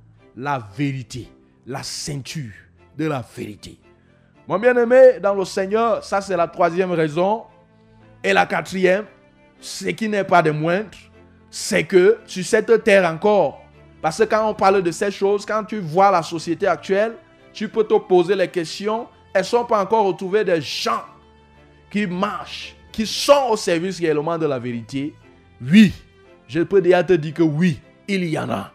La vérité. La ceinture de la vérité. Mon bien-aimé, dans le Seigneur, ça c'est la troisième raison. Et la quatrième, ce qui n'est pas de moindre, c'est que sur cette terre encore, parce que quand on parle de ces choses, quand tu vois la société actuelle, tu peux te poser les questions. Elles ne sont pas encore retrouvées des gens qui marchent, qui sont au service réellement de la vérité. Oui, je peux déjà te dire que oui, il y en a.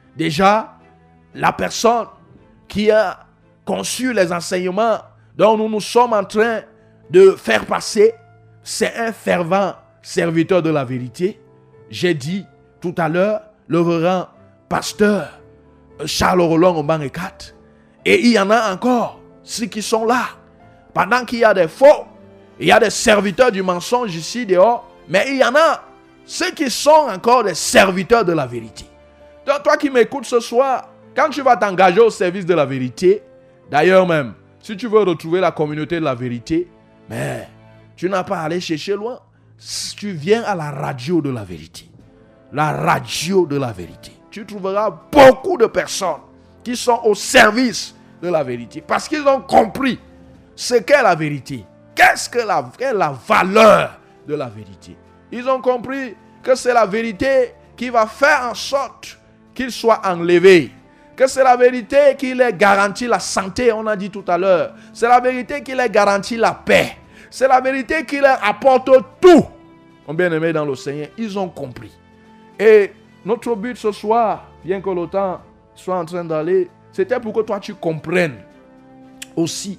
Déjà, la personne qui a conçu les enseignements dont nous nous sommes en train de faire passer, c'est un fervent serviteur de la vérité. J'ai dit tout à l'heure, le révérend pasteur Charles Roland Ombangekat. Et il y en a encore, ceux qui sont là. Pendant qu'il y a des faux, il y a des serviteurs du mensonge ici dehors, mais il y en a ceux qui sont encore des serviteurs de la vérité. Donc toi qui m'écoutes ce soir, quand tu vas t'engager au service de la vérité, d'ailleurs même, si tu veux retrouver la communauté de la vérité, mais tu n'as pas à aller chercher loin. Tu viens à la radio de la vérité. La radio de la vérité. Tu trouveras beaucoup de personnes qui sont au service de la vérité. Parce qu'ils ont compris ce qu'est la vérité. Qu'est-ce que la, quelle est la valeur de la vérité. Ils ont compris que c'est la vérité qui va faire en sorte qu'ils soient enlevés. Que c'est la vérité qui leur garantit la santé, on a dit tout à l'heure. C'est la vérité qui leur garantit la paix. C'est la vérité qui leur apporte tout. Mon bien-aimé dans le Seigneur, ils ont compris. Et notre but ce soir, bien que le temps soit en train d'aller, c'était pour que toi tu comprennes aussi.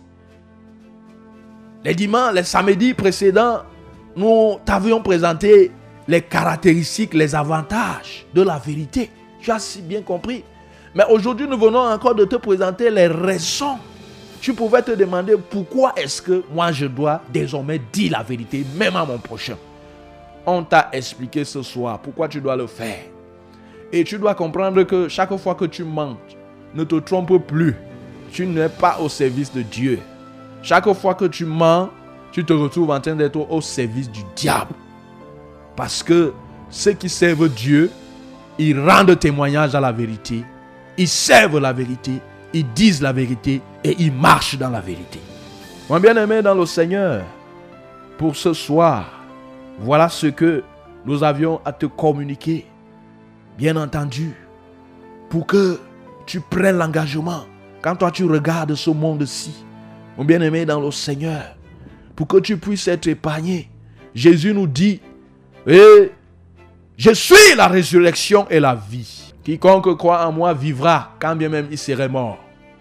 Les dimanches, les samedis précédents, nous t'avions présenté les caractéristiques, les avantages de la vérité. Tu as si bien compris. Mais aujourd'hui, nous venons encore de te présenter les raisons. Tu pouvais te demander pourquoi est-ce que moi je dois désormais dire la vérité, même à mon prochain. On t'a expliqué ce soir pourquoi tu dois le faire. Et tu dois comprendre que chaque fois que tu mens, ne te trompe plus. Tu n'es pas au service de Dieu. Chaque fois que tu mens, tu te retrouves en train d'être au service du diable. Parce que ceux qui servent Dieu, ils rendent témoignage à la vérité. Ils servent la vérité, ils disent la vérité et ils marchent dans la vérité. Mon bien-aimé dans le Seigneur, pour ce soir, voilà ce que nous avions à te communiquer. Bien entendu, pour que tu prennes l'engagement quand toi tu regardes ce monde-ci, mon bien-aimé dans le Seigneur, pour que tu puisses être épargné. Jésus nous dit, eh, je suis la résurrection et la vie. Quiconque croit en moi vivra, quand bien même il serait mort.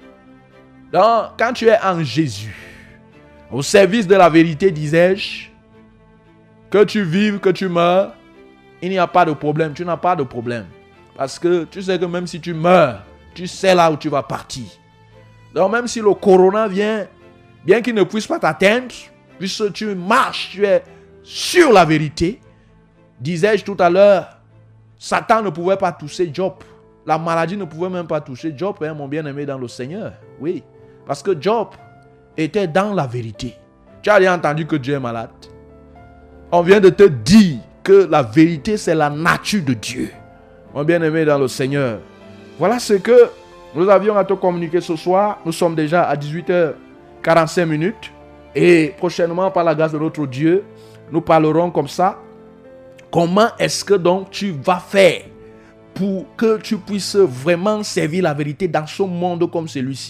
Donc, quand tu es en Jésus, au service de la vérité, disais-je, que tu vives, que tu meurs, il n'y a pas de problème, tu n'as pas de problème. Parce que tu sais que même si tu meurs, tu sais là où tu vas partir. Donc même si le corona vient, bien qu'il ne puisse pas t'atteindre, puisque tu marches, tu es sur la vérité, disais-je tout à l'heure, Satan ne pouvait pas toucher Job. La maladie ne pouvait même pas toucher Job, hein, mon bien-aimé dans le Seigneur. Oui, parce que Job était dans la vérité. Tu as déjà entendu que Dieu est malade? On vient de te dire que la vérité, c'est la nature de Dieu. Mon bien-aimé dans le Seigneur. Voilà ce que nous avions à te communiquer ce soir. Nous sommes déjà à dix-huit heures quarante-cinq minutes. Et prochainement, par la grâce de notre Dieu, nous parlerons comme ça. Comment est-ce que donc tu vas faire pour que tu puisses vraiment servir la vérité dans ce monde comme celui-ci?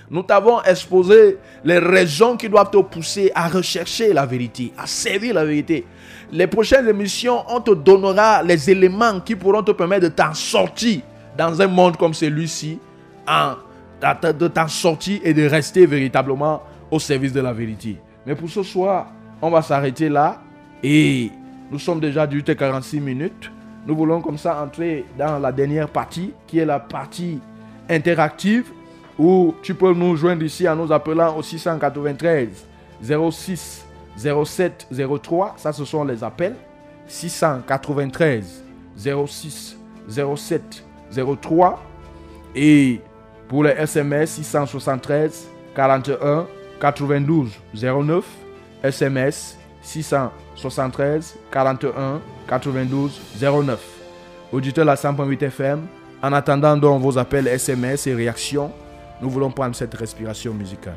Nous t'avons exposé les raisons qui doivent te pousser à rechercher la vérité, à servir la vérité. Les prochaines émissions, on te donnera les éléments qui pourront te permettre de t'en sortir dans un monde comme celui-ci, en, de t'en sortir et de rester véritablement au service de la vérité. Mais pour ce soir, on va s'arrêter là et nous sommes déjà à huit heures quarante-six minutes. Nous voulons comme ça entrer dans la dernière partie qui est la partie interactive où tu peux nous joindre ici en nous appelant au six cent quatre-vingt-treize zéro six zéro sept zéro trois. Ça, ce sont les appels. six cent quatre-vingt-treize zéro six zéro sept zéro trois. Et pour les S M S, six cent soixante-treize quarante et un quatre-vingt-douze zéro neuf. S M S six cent soixante-treize quarante et un quatre-vingt-douze zéro neuf. Auditeur de la cent point huit F M, en attendant donc vos appels S M S et réactions, nous voulons prendre cette respiration musicale.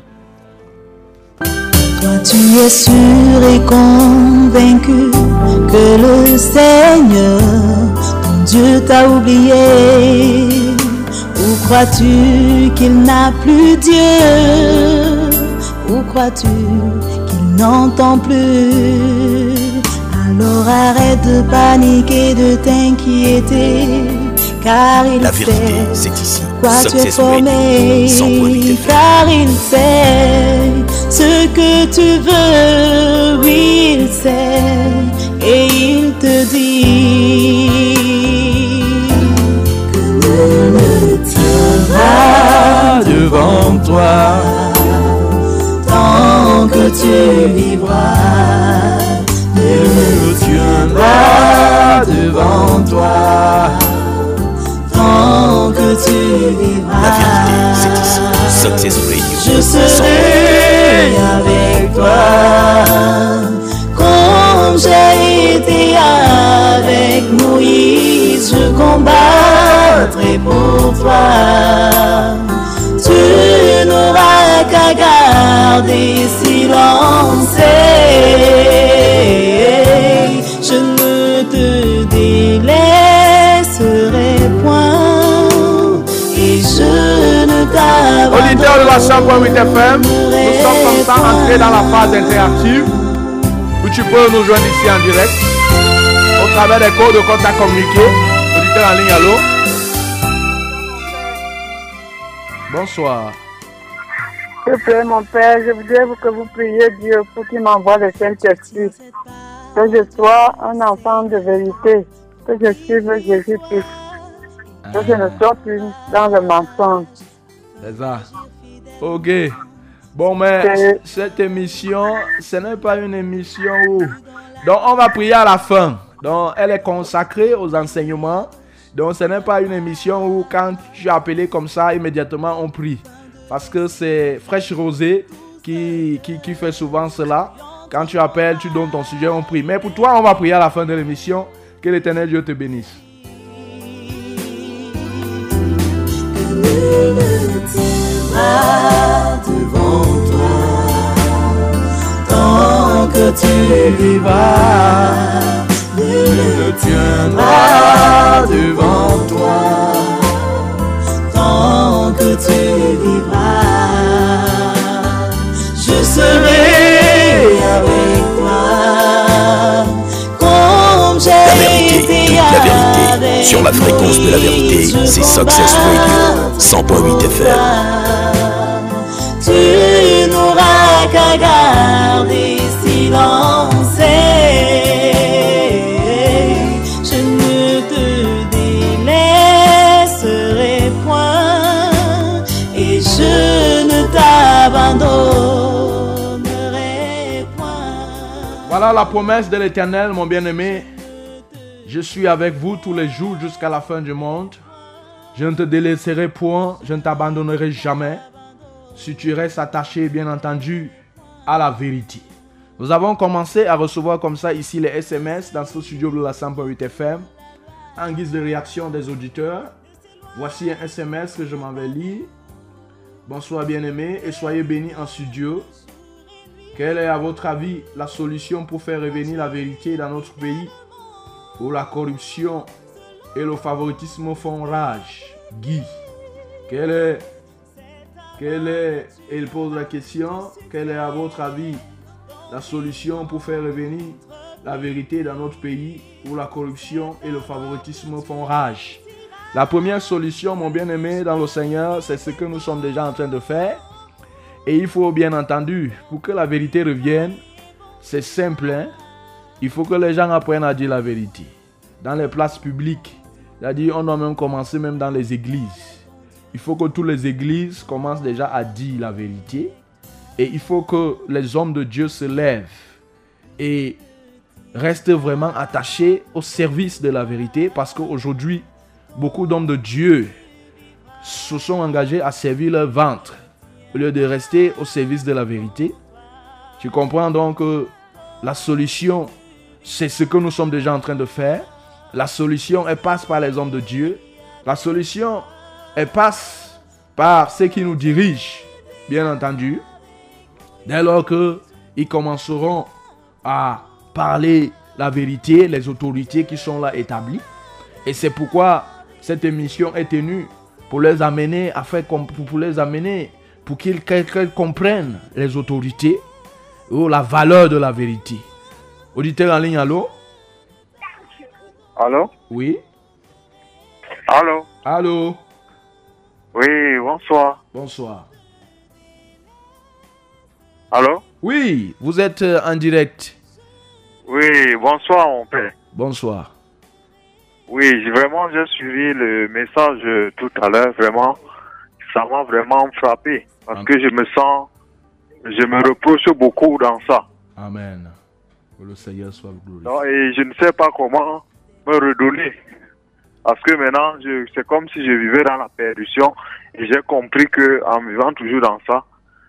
Toi tu es sûr et convaincu que le Seigneur, ton Dieu t'a oublié. Ou crois-tu qu'il n'a plus Dieu? Ou crois-tu qu'il n'entend plus? Alors arrête de paniquer, de t'inquiéter, car il La vérité, sait c'est ici. quoi tu es Success Radio, formé, cent point huit F M. car il sait ce que tu veux, oui il sait, et il te dit que nul ne tiendra devant toi tant que tu vivras. ne tiendra devant toi tant que tu vivras. La vérité, c'est ici. Success Radio. Je serai avec toi comme j'ai été avec Moïse. Je combattrai pour toi. Tu n'auras qu'à garder silence. Je ne te délaisserai point et je ne t'abandonnerai. Auditeurs de la cent point huit F M, nous sommes comme ça entrés dans la phase interactive où tu peux nous joindre ici en direct au travers des codes de contact communiqués. Auditeurs en ligne, allô? Bonsoir. S'il vous plaît, mon Père, je voudrais que vous priez Dieu pour qu'il m'envoie le Saint-Esprit. Que je sois un enfant de vérité. Que je suive Jésus-Christ. Que je ne sois plus dans le mensonge. C'est ça. Ok. Bon, mais C'est- cette émission, ce n'est pas une émission où... Donc, on va prier à la fin. Donc, elle est consacrée aux enseignements. Donc, ce n'est pas une émission où, quand tu es appelé comme ça, immédiatement, on prie. Parce que c'est Fraîche Rosée qui, qui, qui fait souvent cela. Quand tu appelles, tu donnes ton sujet, on prie. Mais pour toi, on va prier à la fin de l'émission. Que l'Éternel Dieu te bénisse. Nul ne tiendra devant toi tant que tu vivras. Nul ne tiendra devant toi tant que tu vivras. Je serai avec toi comme j'ai La vérité, été toute la vérité, avec sur la fréquence de la vérité, Moïse. Je c'est Success Radio, cent point huit F M. Tu n'auras qu'à garder silence. Je ne te délaisserai point et je ne t'abandonnerai point. Voilà la promesse de l'Éternel, mon bien-aimé. Je suis avec vous tous les jours jusqu'à la fin du monde. Je ne te délaisserai point, je ne t'abandonnerai jamais. Si tu restes attaché, bien entendu, à la vérité. Nous avons commencé à recevoir comme ça ici les S M S dans ce studio de la cent point huit F M. En guise de réaction des auditeurs, voici un S M S que je m'en vais lire. Bonsoir bien-aimés et soyez bénis en studio. Quelle est à votre avis la solution pour faire revenir la vérité dans notre pays où la corruption et le favoritisme font rage? Guy. Quelle est, Quelle est, il pose la question, quelle est à votre avis la solution pour faire revenir la vérité dans notre pays où la corruption et le favoritisme font rage? La première solution, mon bien-aimé dans le Seigneur, c'est ce que nous sommes déjà en train de faire. Et il faut bien entendu, pour que la vérité revienne, c'est simple, hein? Il faut que les gens apprennent à dire la vérité. Dans les places publiques, c'est-à-dire on doit même commencer même dans les églises. Il faut que toutes les églises commencent déjà à dire la vérité. Et il faut que les hommes de Dieu se lèvent et restent vraiment attachés au service de la vérité. Parce qu'aujourd'hui, beaucoup d'hommes de Dieu se sont engagés à servir leur ventre au lieu de rester au service de la vérité. Tu comprends donc que la solution, c'est ce que nous sommes déjà en train de faire. La solution, elle passe par les hommes de Dieu. La solution, elle passe par ceux qui nous dirigent, bien entendu. Dès lors qu'ils commenceront à parler la vérité, les autorités qui sont là établies. Et c'est pourquoi cette émission est tenue pour les amener, afin, pour les amener, pour qu'ils, qu'ils comprennent les autorités ou la valeur de la vérité. Auditeur en ligne, allô? Allô? Oui. Allô? Allô? Oui, bonsoir. Bonsoir. Allô? Oui, vous êtes en direct. Oui, bonsoir mon père. Bonsoir. Oui, j'ai vraiment, j'ai suivi le message tout à l'heure, vraiment, ça m'a vraiment frappé. Parce Amen. Que je me sens, je me reproche beaucoup dans ça. Amen. Que le Seigneur soit glorifié. Non, et je ne sais pas comment me redonner. Parce que maintenant, je, c'est comme si je vivais dans la perdition. Et j'ai compris qu'en vivant toujours dans ça,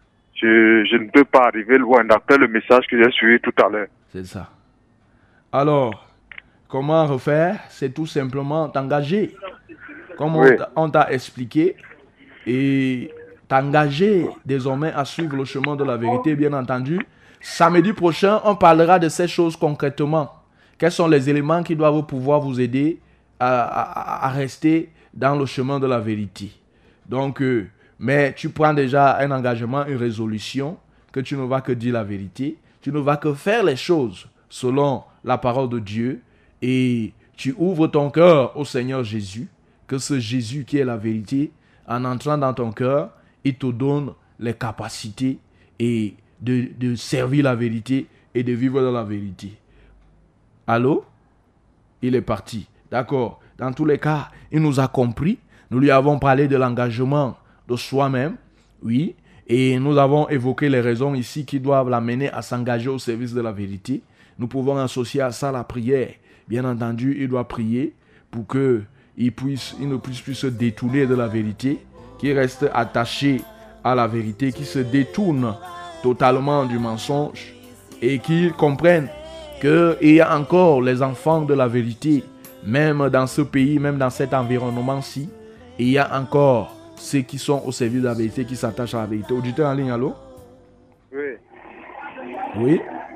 je, je ne peux pas arriver loin d'après le message que j'ai suivi tout à l'heure. C'est ça. Alors, comment refaire? C'est tout simplement t'engager. Comme oui. on t'a expliqué. Et t'engager désormais à suivre le chemin de la vérité, bien entendu. Samedi prochain, on parlera de ces choses concrètement. Quels sont les éléments qui doivent pouvoir vous aider à, à, à rester dans le chemin de la vérité. Donc, euh, mais tu prends déjà un engagement, une résolution, que tu ne vas que dire la vérité. Tu ne vas que faire les choses selon la parole de Dieu. Et tu ouvres ton cœur au Seigneur Jésus. Que ce Jésus qui est la vérité, en entrant dans ton cœur, il te donne les capacités et de, de servir la vérité et de vivre dans la vérité. Allô? Il est parti. D'accord. Dans tous les cas, il nous a compris. Nous lui avons parlé de l'engagement de soi-même. Oui. Et nous avons évoqué les raisons ici qui doivent l'amener à s'engager au service de la vérité. Nous pouvons associer à ça la prière. Bien entendu, il doit prier pour qu'il puisse, il ne puisse plus se détourner de la vérité, qu'il reste attaché à la vérité, qu'il se détourne totalement du mensonge et qu'il comprenne qu'il y a encore les enfants de la vérité, même dans ce pays, même dans cet environnement-ci. Il y a encore ceux qui sont au service de la vérité, qui s'attachent à la vérité. Auditeur en ligne, allô? Oui. Oui.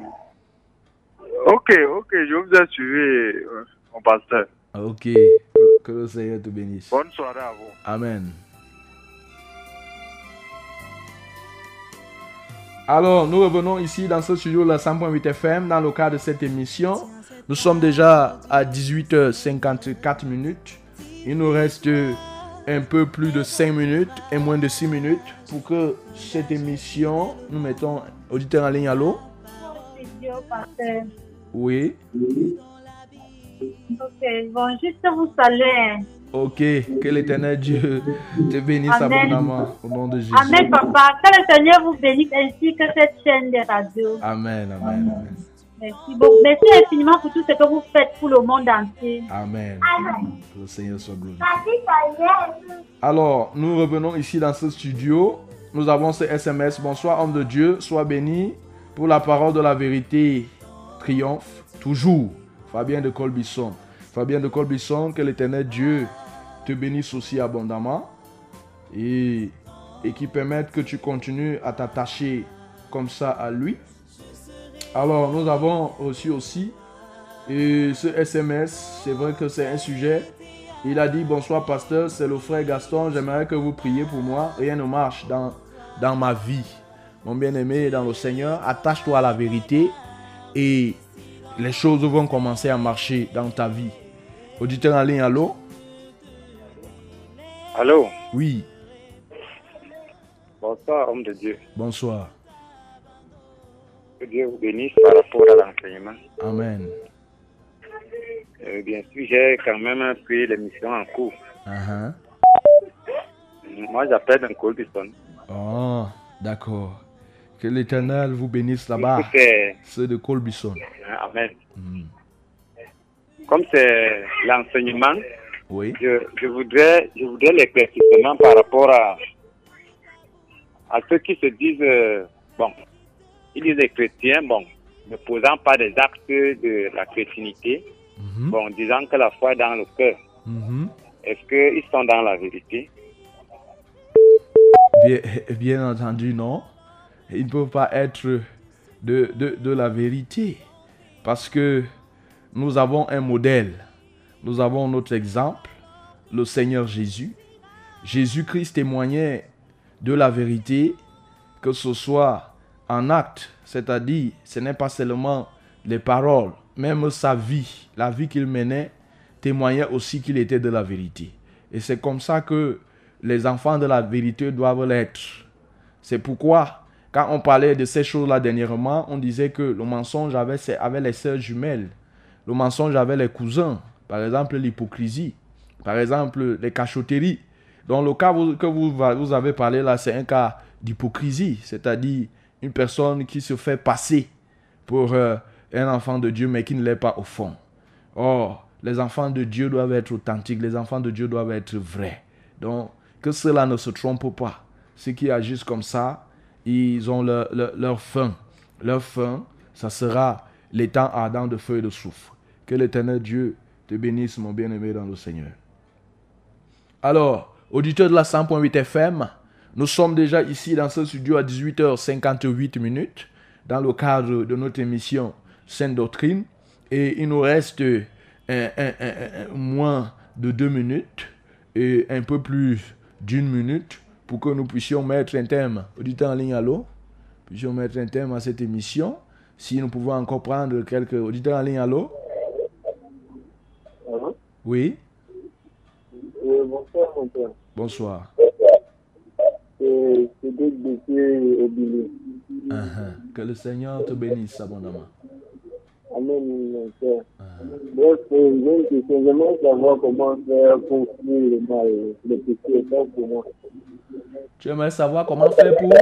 Ok, ok, je vous ai suivi, mon pasteur. Ok, que le Seigneur te bénisse. Bonne soirée à vous. Amen. Alors, nous revenons ici dans ce studio de la cent point huit F M dans le cadre de cette émission. Nous sommes déjà à dix-huit heures cinquante-quatre minutes. Il nous reste un peu plus de cinq minutes et moins de six minutes pour que cette émission, nous mettons auditeur en ligne, allô? Oui. Ok, bon, juste vous saluer. Ok, que l'Éternel Dieu te bénisse abondamment au nom de Jésus. Amen, papa. Que le Seigneur vous bénisse ainsi que cette chaîne de radio. Amen, amen, amen. Merci beaucoup. Merci infiniment pour tout ce que vous faites pour le monde entier. Amen. Amen. Que le Seigneur soit glorifié. Alors, nous revenons ici dans ce studio. Nous avons ce S M S. Bonsoir, homme de Dieu. Sois béni pour la parole de la vérité. Triomphe toujours. Fabien de Colbisson. Fabien de Colbisson, que l'Éternel Dieu te bénisse aussi abondamment et, et qui permette que tu continues à t'attacher comme ça à lui. Alors, nous avons reçu aussi et ce S M S, c'est vrai que c'est un sujet. Il a dit, bonsoir pasteur, c'est le frère Gaston, j'aimerais que vous priez pour moi. Rien ne marche dans dans ma vie. Mon bien-aimé dans le Seigneur, attache-toi à la vérité et les choses vont commencer à marcher dans ta vie. Auditeur en ligne, allô? Allô? Oui. Bonsoir, homme de Dieu. Bonsoir. Que Dieu vous bénisse par rapport à l'enseignement. Amen. Euh, bien sûr, j'ai quand même pris l'émission en cours. Uh-huh. Moi, j'appelle d'un Colbison. Oh, d'accord. Que l'Éternel vous bénisse là-bas. C'est C'est de Colbison. Amen. Mm. Comme c'est l'enseignement, Oui. je, je voudrais, je voudrais l'éclaircissement par rapport à, à ceux qui se disent, euh, bon, ils disent les chrétiens, bon, ne posant pas des actes de la chrétienté, Mhm. bon, disant que la foi est dans le cœur. Mhm. Est-ce qu'ils sont dans la vérité? Bien, bien entendu, non. Ils ne peuvent pas être de, de, de la vérité. Parce que nous avons un modèle. Nous avons notre exemple, le Seigneur Jésus. Jésus-Christ témoignait de la vérité, que ce soit en acte, c'est-à-dire ce n'est pas seulement les paroles, même sa vie, la vie qu'il menait, témoignait aussi qu'il était de la vérité. Et c'est comme ça que les enfants de la vérité doivent l'être. C'est pourquoi, quand on parlait de ces choses-là dernièrement, on disait que le mensonge avait, avait les sœurs jumelles. Le mensonge avait les cousins. Par exemple, l'hypocrisie. Par exemple, les cachotteries. Donc, le cas que vous, vous avez parlé là, c'est un cas d'hypocrisie. C'est-à-dire une personne qui se fait passer pour euh, un enfant de Dieu, mais qui ne l'est pas au fond. Or, les enfants de Dieu doivent être authentiques. Les enfants de Dieu doivent être vrais. Donc, que cela ne se trompe pas. Ceux qui agissent comme ça, ils ont leur, leur, leur fin. Leur fin, ça sera les temps ardents de feu et de soufre. Que l'Éternel Dieu te bénisse, mon bien-aimé dans le Seigneur. Alors, auditeurs de la cent point huit F M, nous sommes déjà ici dans ce studio à dix-huit heures cinquante-huit minutes, dans le cadre de notre émission Sainte Doctrine. Et il nous reste un, un, un, un, moins de deux minutes et un peu plus d'une minute pour que nous puissions mettre un thème. Auditeurs en ligne, allô? Puissions mettre un thème à cette émission. Si nous pouvons encore prendre quelques auditeurs en ligne, allô? Allô? Oui? Euh, bonsoir, mon père. Bonsoir. C'est des dossiers oubliés. Uh-huh. Que le Seigneur te bénisse abondamment. Amen, mon père. Uh-huh. Donc, j'ai une question. J'aimerais savoir comment faire pour fuir le mal, le péché, pas pour moi. Tu aimerais savoir comment faire pour?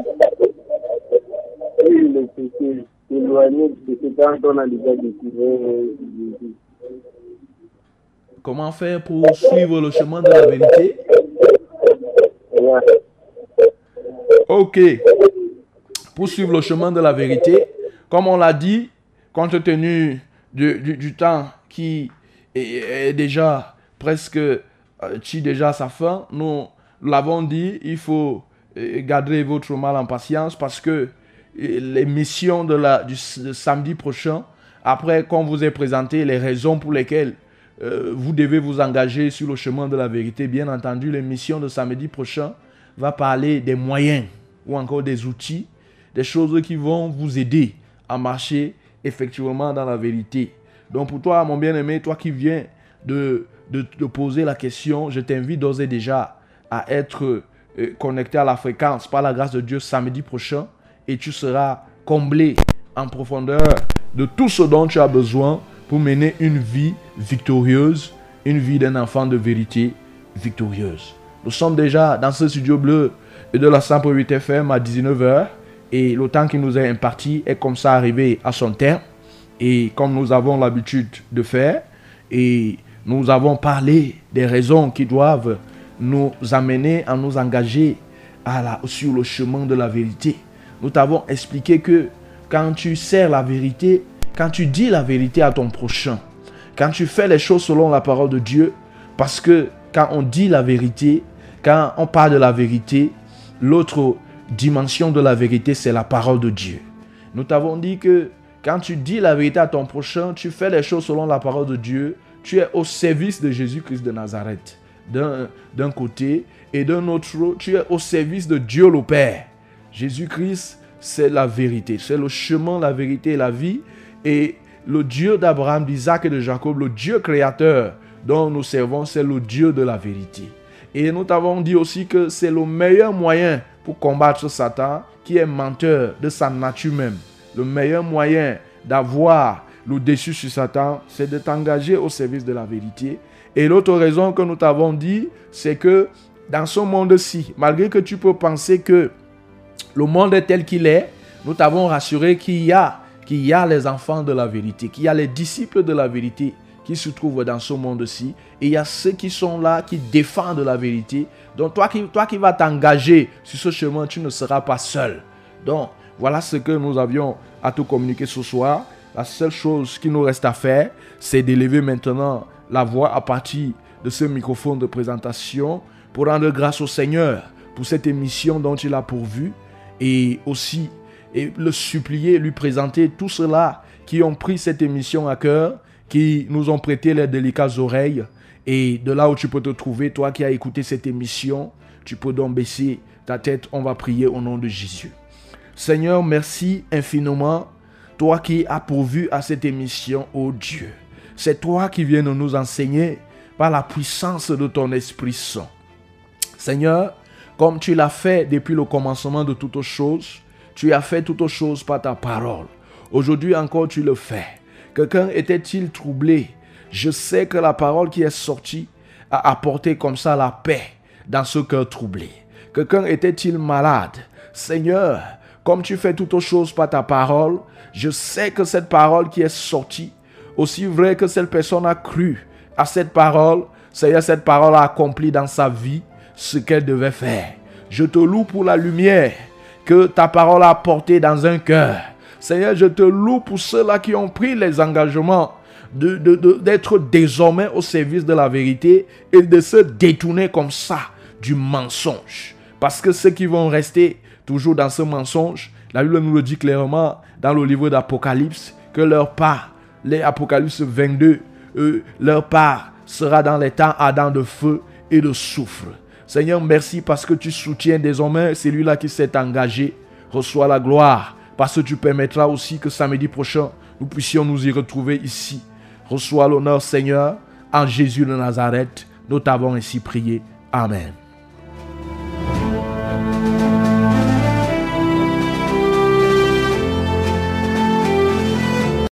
Oui, le péché. Éloigner du péché quand on a déjà découvert Jésus. Comment faire pour suivre le chemin de la vérité? Ouais. Ok. Pour suivre le chemin de la vérité, comme on l'a dit, compte tenu du, du, du temps qui est, est déjà presque euh, tue déjà sa fin, nous l'avons dit, il faut euh, garder votre mal en patience parce que euh, l'émission de la, du de samedi prochain, après qu'on vous ait présenté les raisons pour lesquelles euh, vous devez vous engager sur le chemin de la vérité, bien entendu, l'émission de samedi prochain va parler des moyens ou encore des outils, des choses qui vont vous aider à marcher effectivement dans la vérité. Donc pour toi, mon bien-aimé, toi qui viens de, de, de poser la question, je t'invite d'ores et déjà à être euh, connecté à la fréquence par la grâce de Dieu samedi prochain et tu seras comblé en profondeur de tout ce dont tu as besoin pour mener une vie victorieuse, une vie d'un enfant de vérité victorieuse. Nous sommes déjà dans ce studio bleu de la cent point huit F M à dix-neuf heures et le temps qui nous est imparti est comme ça arrivé à son terme. Et comme nous avons l'habitude de faire, et nous avons parlé des raisons qui doivent nous amener à nous engager à la, sur le chemin de la vérité. Nous t'avons expliqué que quand tu sers la vérité, quand tu dis la vérité à ton prochain, quand tu fais les choses selon la parole de Dieu, parce que quand on dit la vérité, quand on parle de la vérité, l'autre dimension de la vérité, c'est la parole de Dieu. Nous t'avons dit que quand tu dis la vérité à ton prochain, tu fais les choses selon la parole de Dieu, tu es au service de Jésus-Christ de Nazareth, d'un, d'un côté, et d'un autre, tu es au service de Dieu le Père. Jésus-Christ, c'est la vérité. C'est le chemin, la vérité et la vie. Et le Dieu d'Abraham, d'Isaac et de Jacob, le Dieu créateur dont nous servons, c'est le Dieu de la vérité. Et nous t'avons dit aussi que c'est le meilleur moyen pour combattre Satan, qui est menteur de sa nature même. Le meilleur moyen d'avoir le dessus sur Satan, c'est de t'engager au service de la vérité. Et l'autre raison que nous t'avons dit, c'est que dans ce monde-ci, malgré que tu peux penser que le monde est tel qu'il est, nous t'avons rassuré qu'il y a, qu'il y a les enfants de la vérité, qu'il y a les disciples de la vérité qui se trouvent dans ce monde-ci. Et il y a ceux qui sont là, qui défendent la vérité. Donc toi qui, toi qui vas t'engager sur ce chemin, tu ne seras pas seul. Donc voilà ce que nous avions à te communiquer ce soir. La seule chose qui nous reste à faire, c'est d'élever maintenant la voix à partir de ce microphone de présentation pour rendre grâce au Seigneur pour cette émission dont il a pourvu, et aussi et le supplier, lui présenter tous ceux-là qui ont pris cette émission à cœur, qui nous ont prêté leurs délicates oreilles. Et de là où tu peux te trouver, toi qui as écouté cette émission, tu peux donc baisser ta tête. On va prier au nom de Jésus. Seigneur, merci infiniment, toi qui as pourvu à cette émission, ô Dieu. C'est toi qui viens de nous enseigner par la puissance de ton Esprit Saint. Seigneur, comme tu l'as fait depuis le commencement de toutes choses, tu as fait toutes choses par ta parole. Aujourd'hui encore, tu le fais. Quelqu'un était-il troublé? Je sais que la parole qui est sortie a apporté comme ça la paix dans ce cœur troublé. Quelqu'un était-il malade? Seigneur, comme tu fais toutes choses par ta parole, je sais que cette parole qui est sortie, aussi vrai que cette personne a cru à cette parole, Seigneur, cette parole a accompli dans sa vie ce qu'elle devait faire. Je te loue pour la lumière que ta parole a apportée dans un cœur. Seigneur, je te loue pour ceux-là qui ont pris les engagements de, de, de, d'être désormais au service de la vérité et de se détourner comme ça du mensonge. Parce que ceux qui vont rester toujours dans ce mensonge, la Bible nous le dit clairement dans le livre d'Apocalypse, que leur part, les Apocalypse vingt-deux, euh, leur part sera dans les temps ardents de feu et de soufre. Seigneur, merci parce que tu soutiens désormais celui-là qui s'est engagé. Reçois la gloire, parce que tu permettras aussi que samedi prochain, nous puissions nous y retrouver ici. Reçois l'honneur, Seigneur, en Jésus de Nazareth. Nous t'avons ainsi prié. Amen.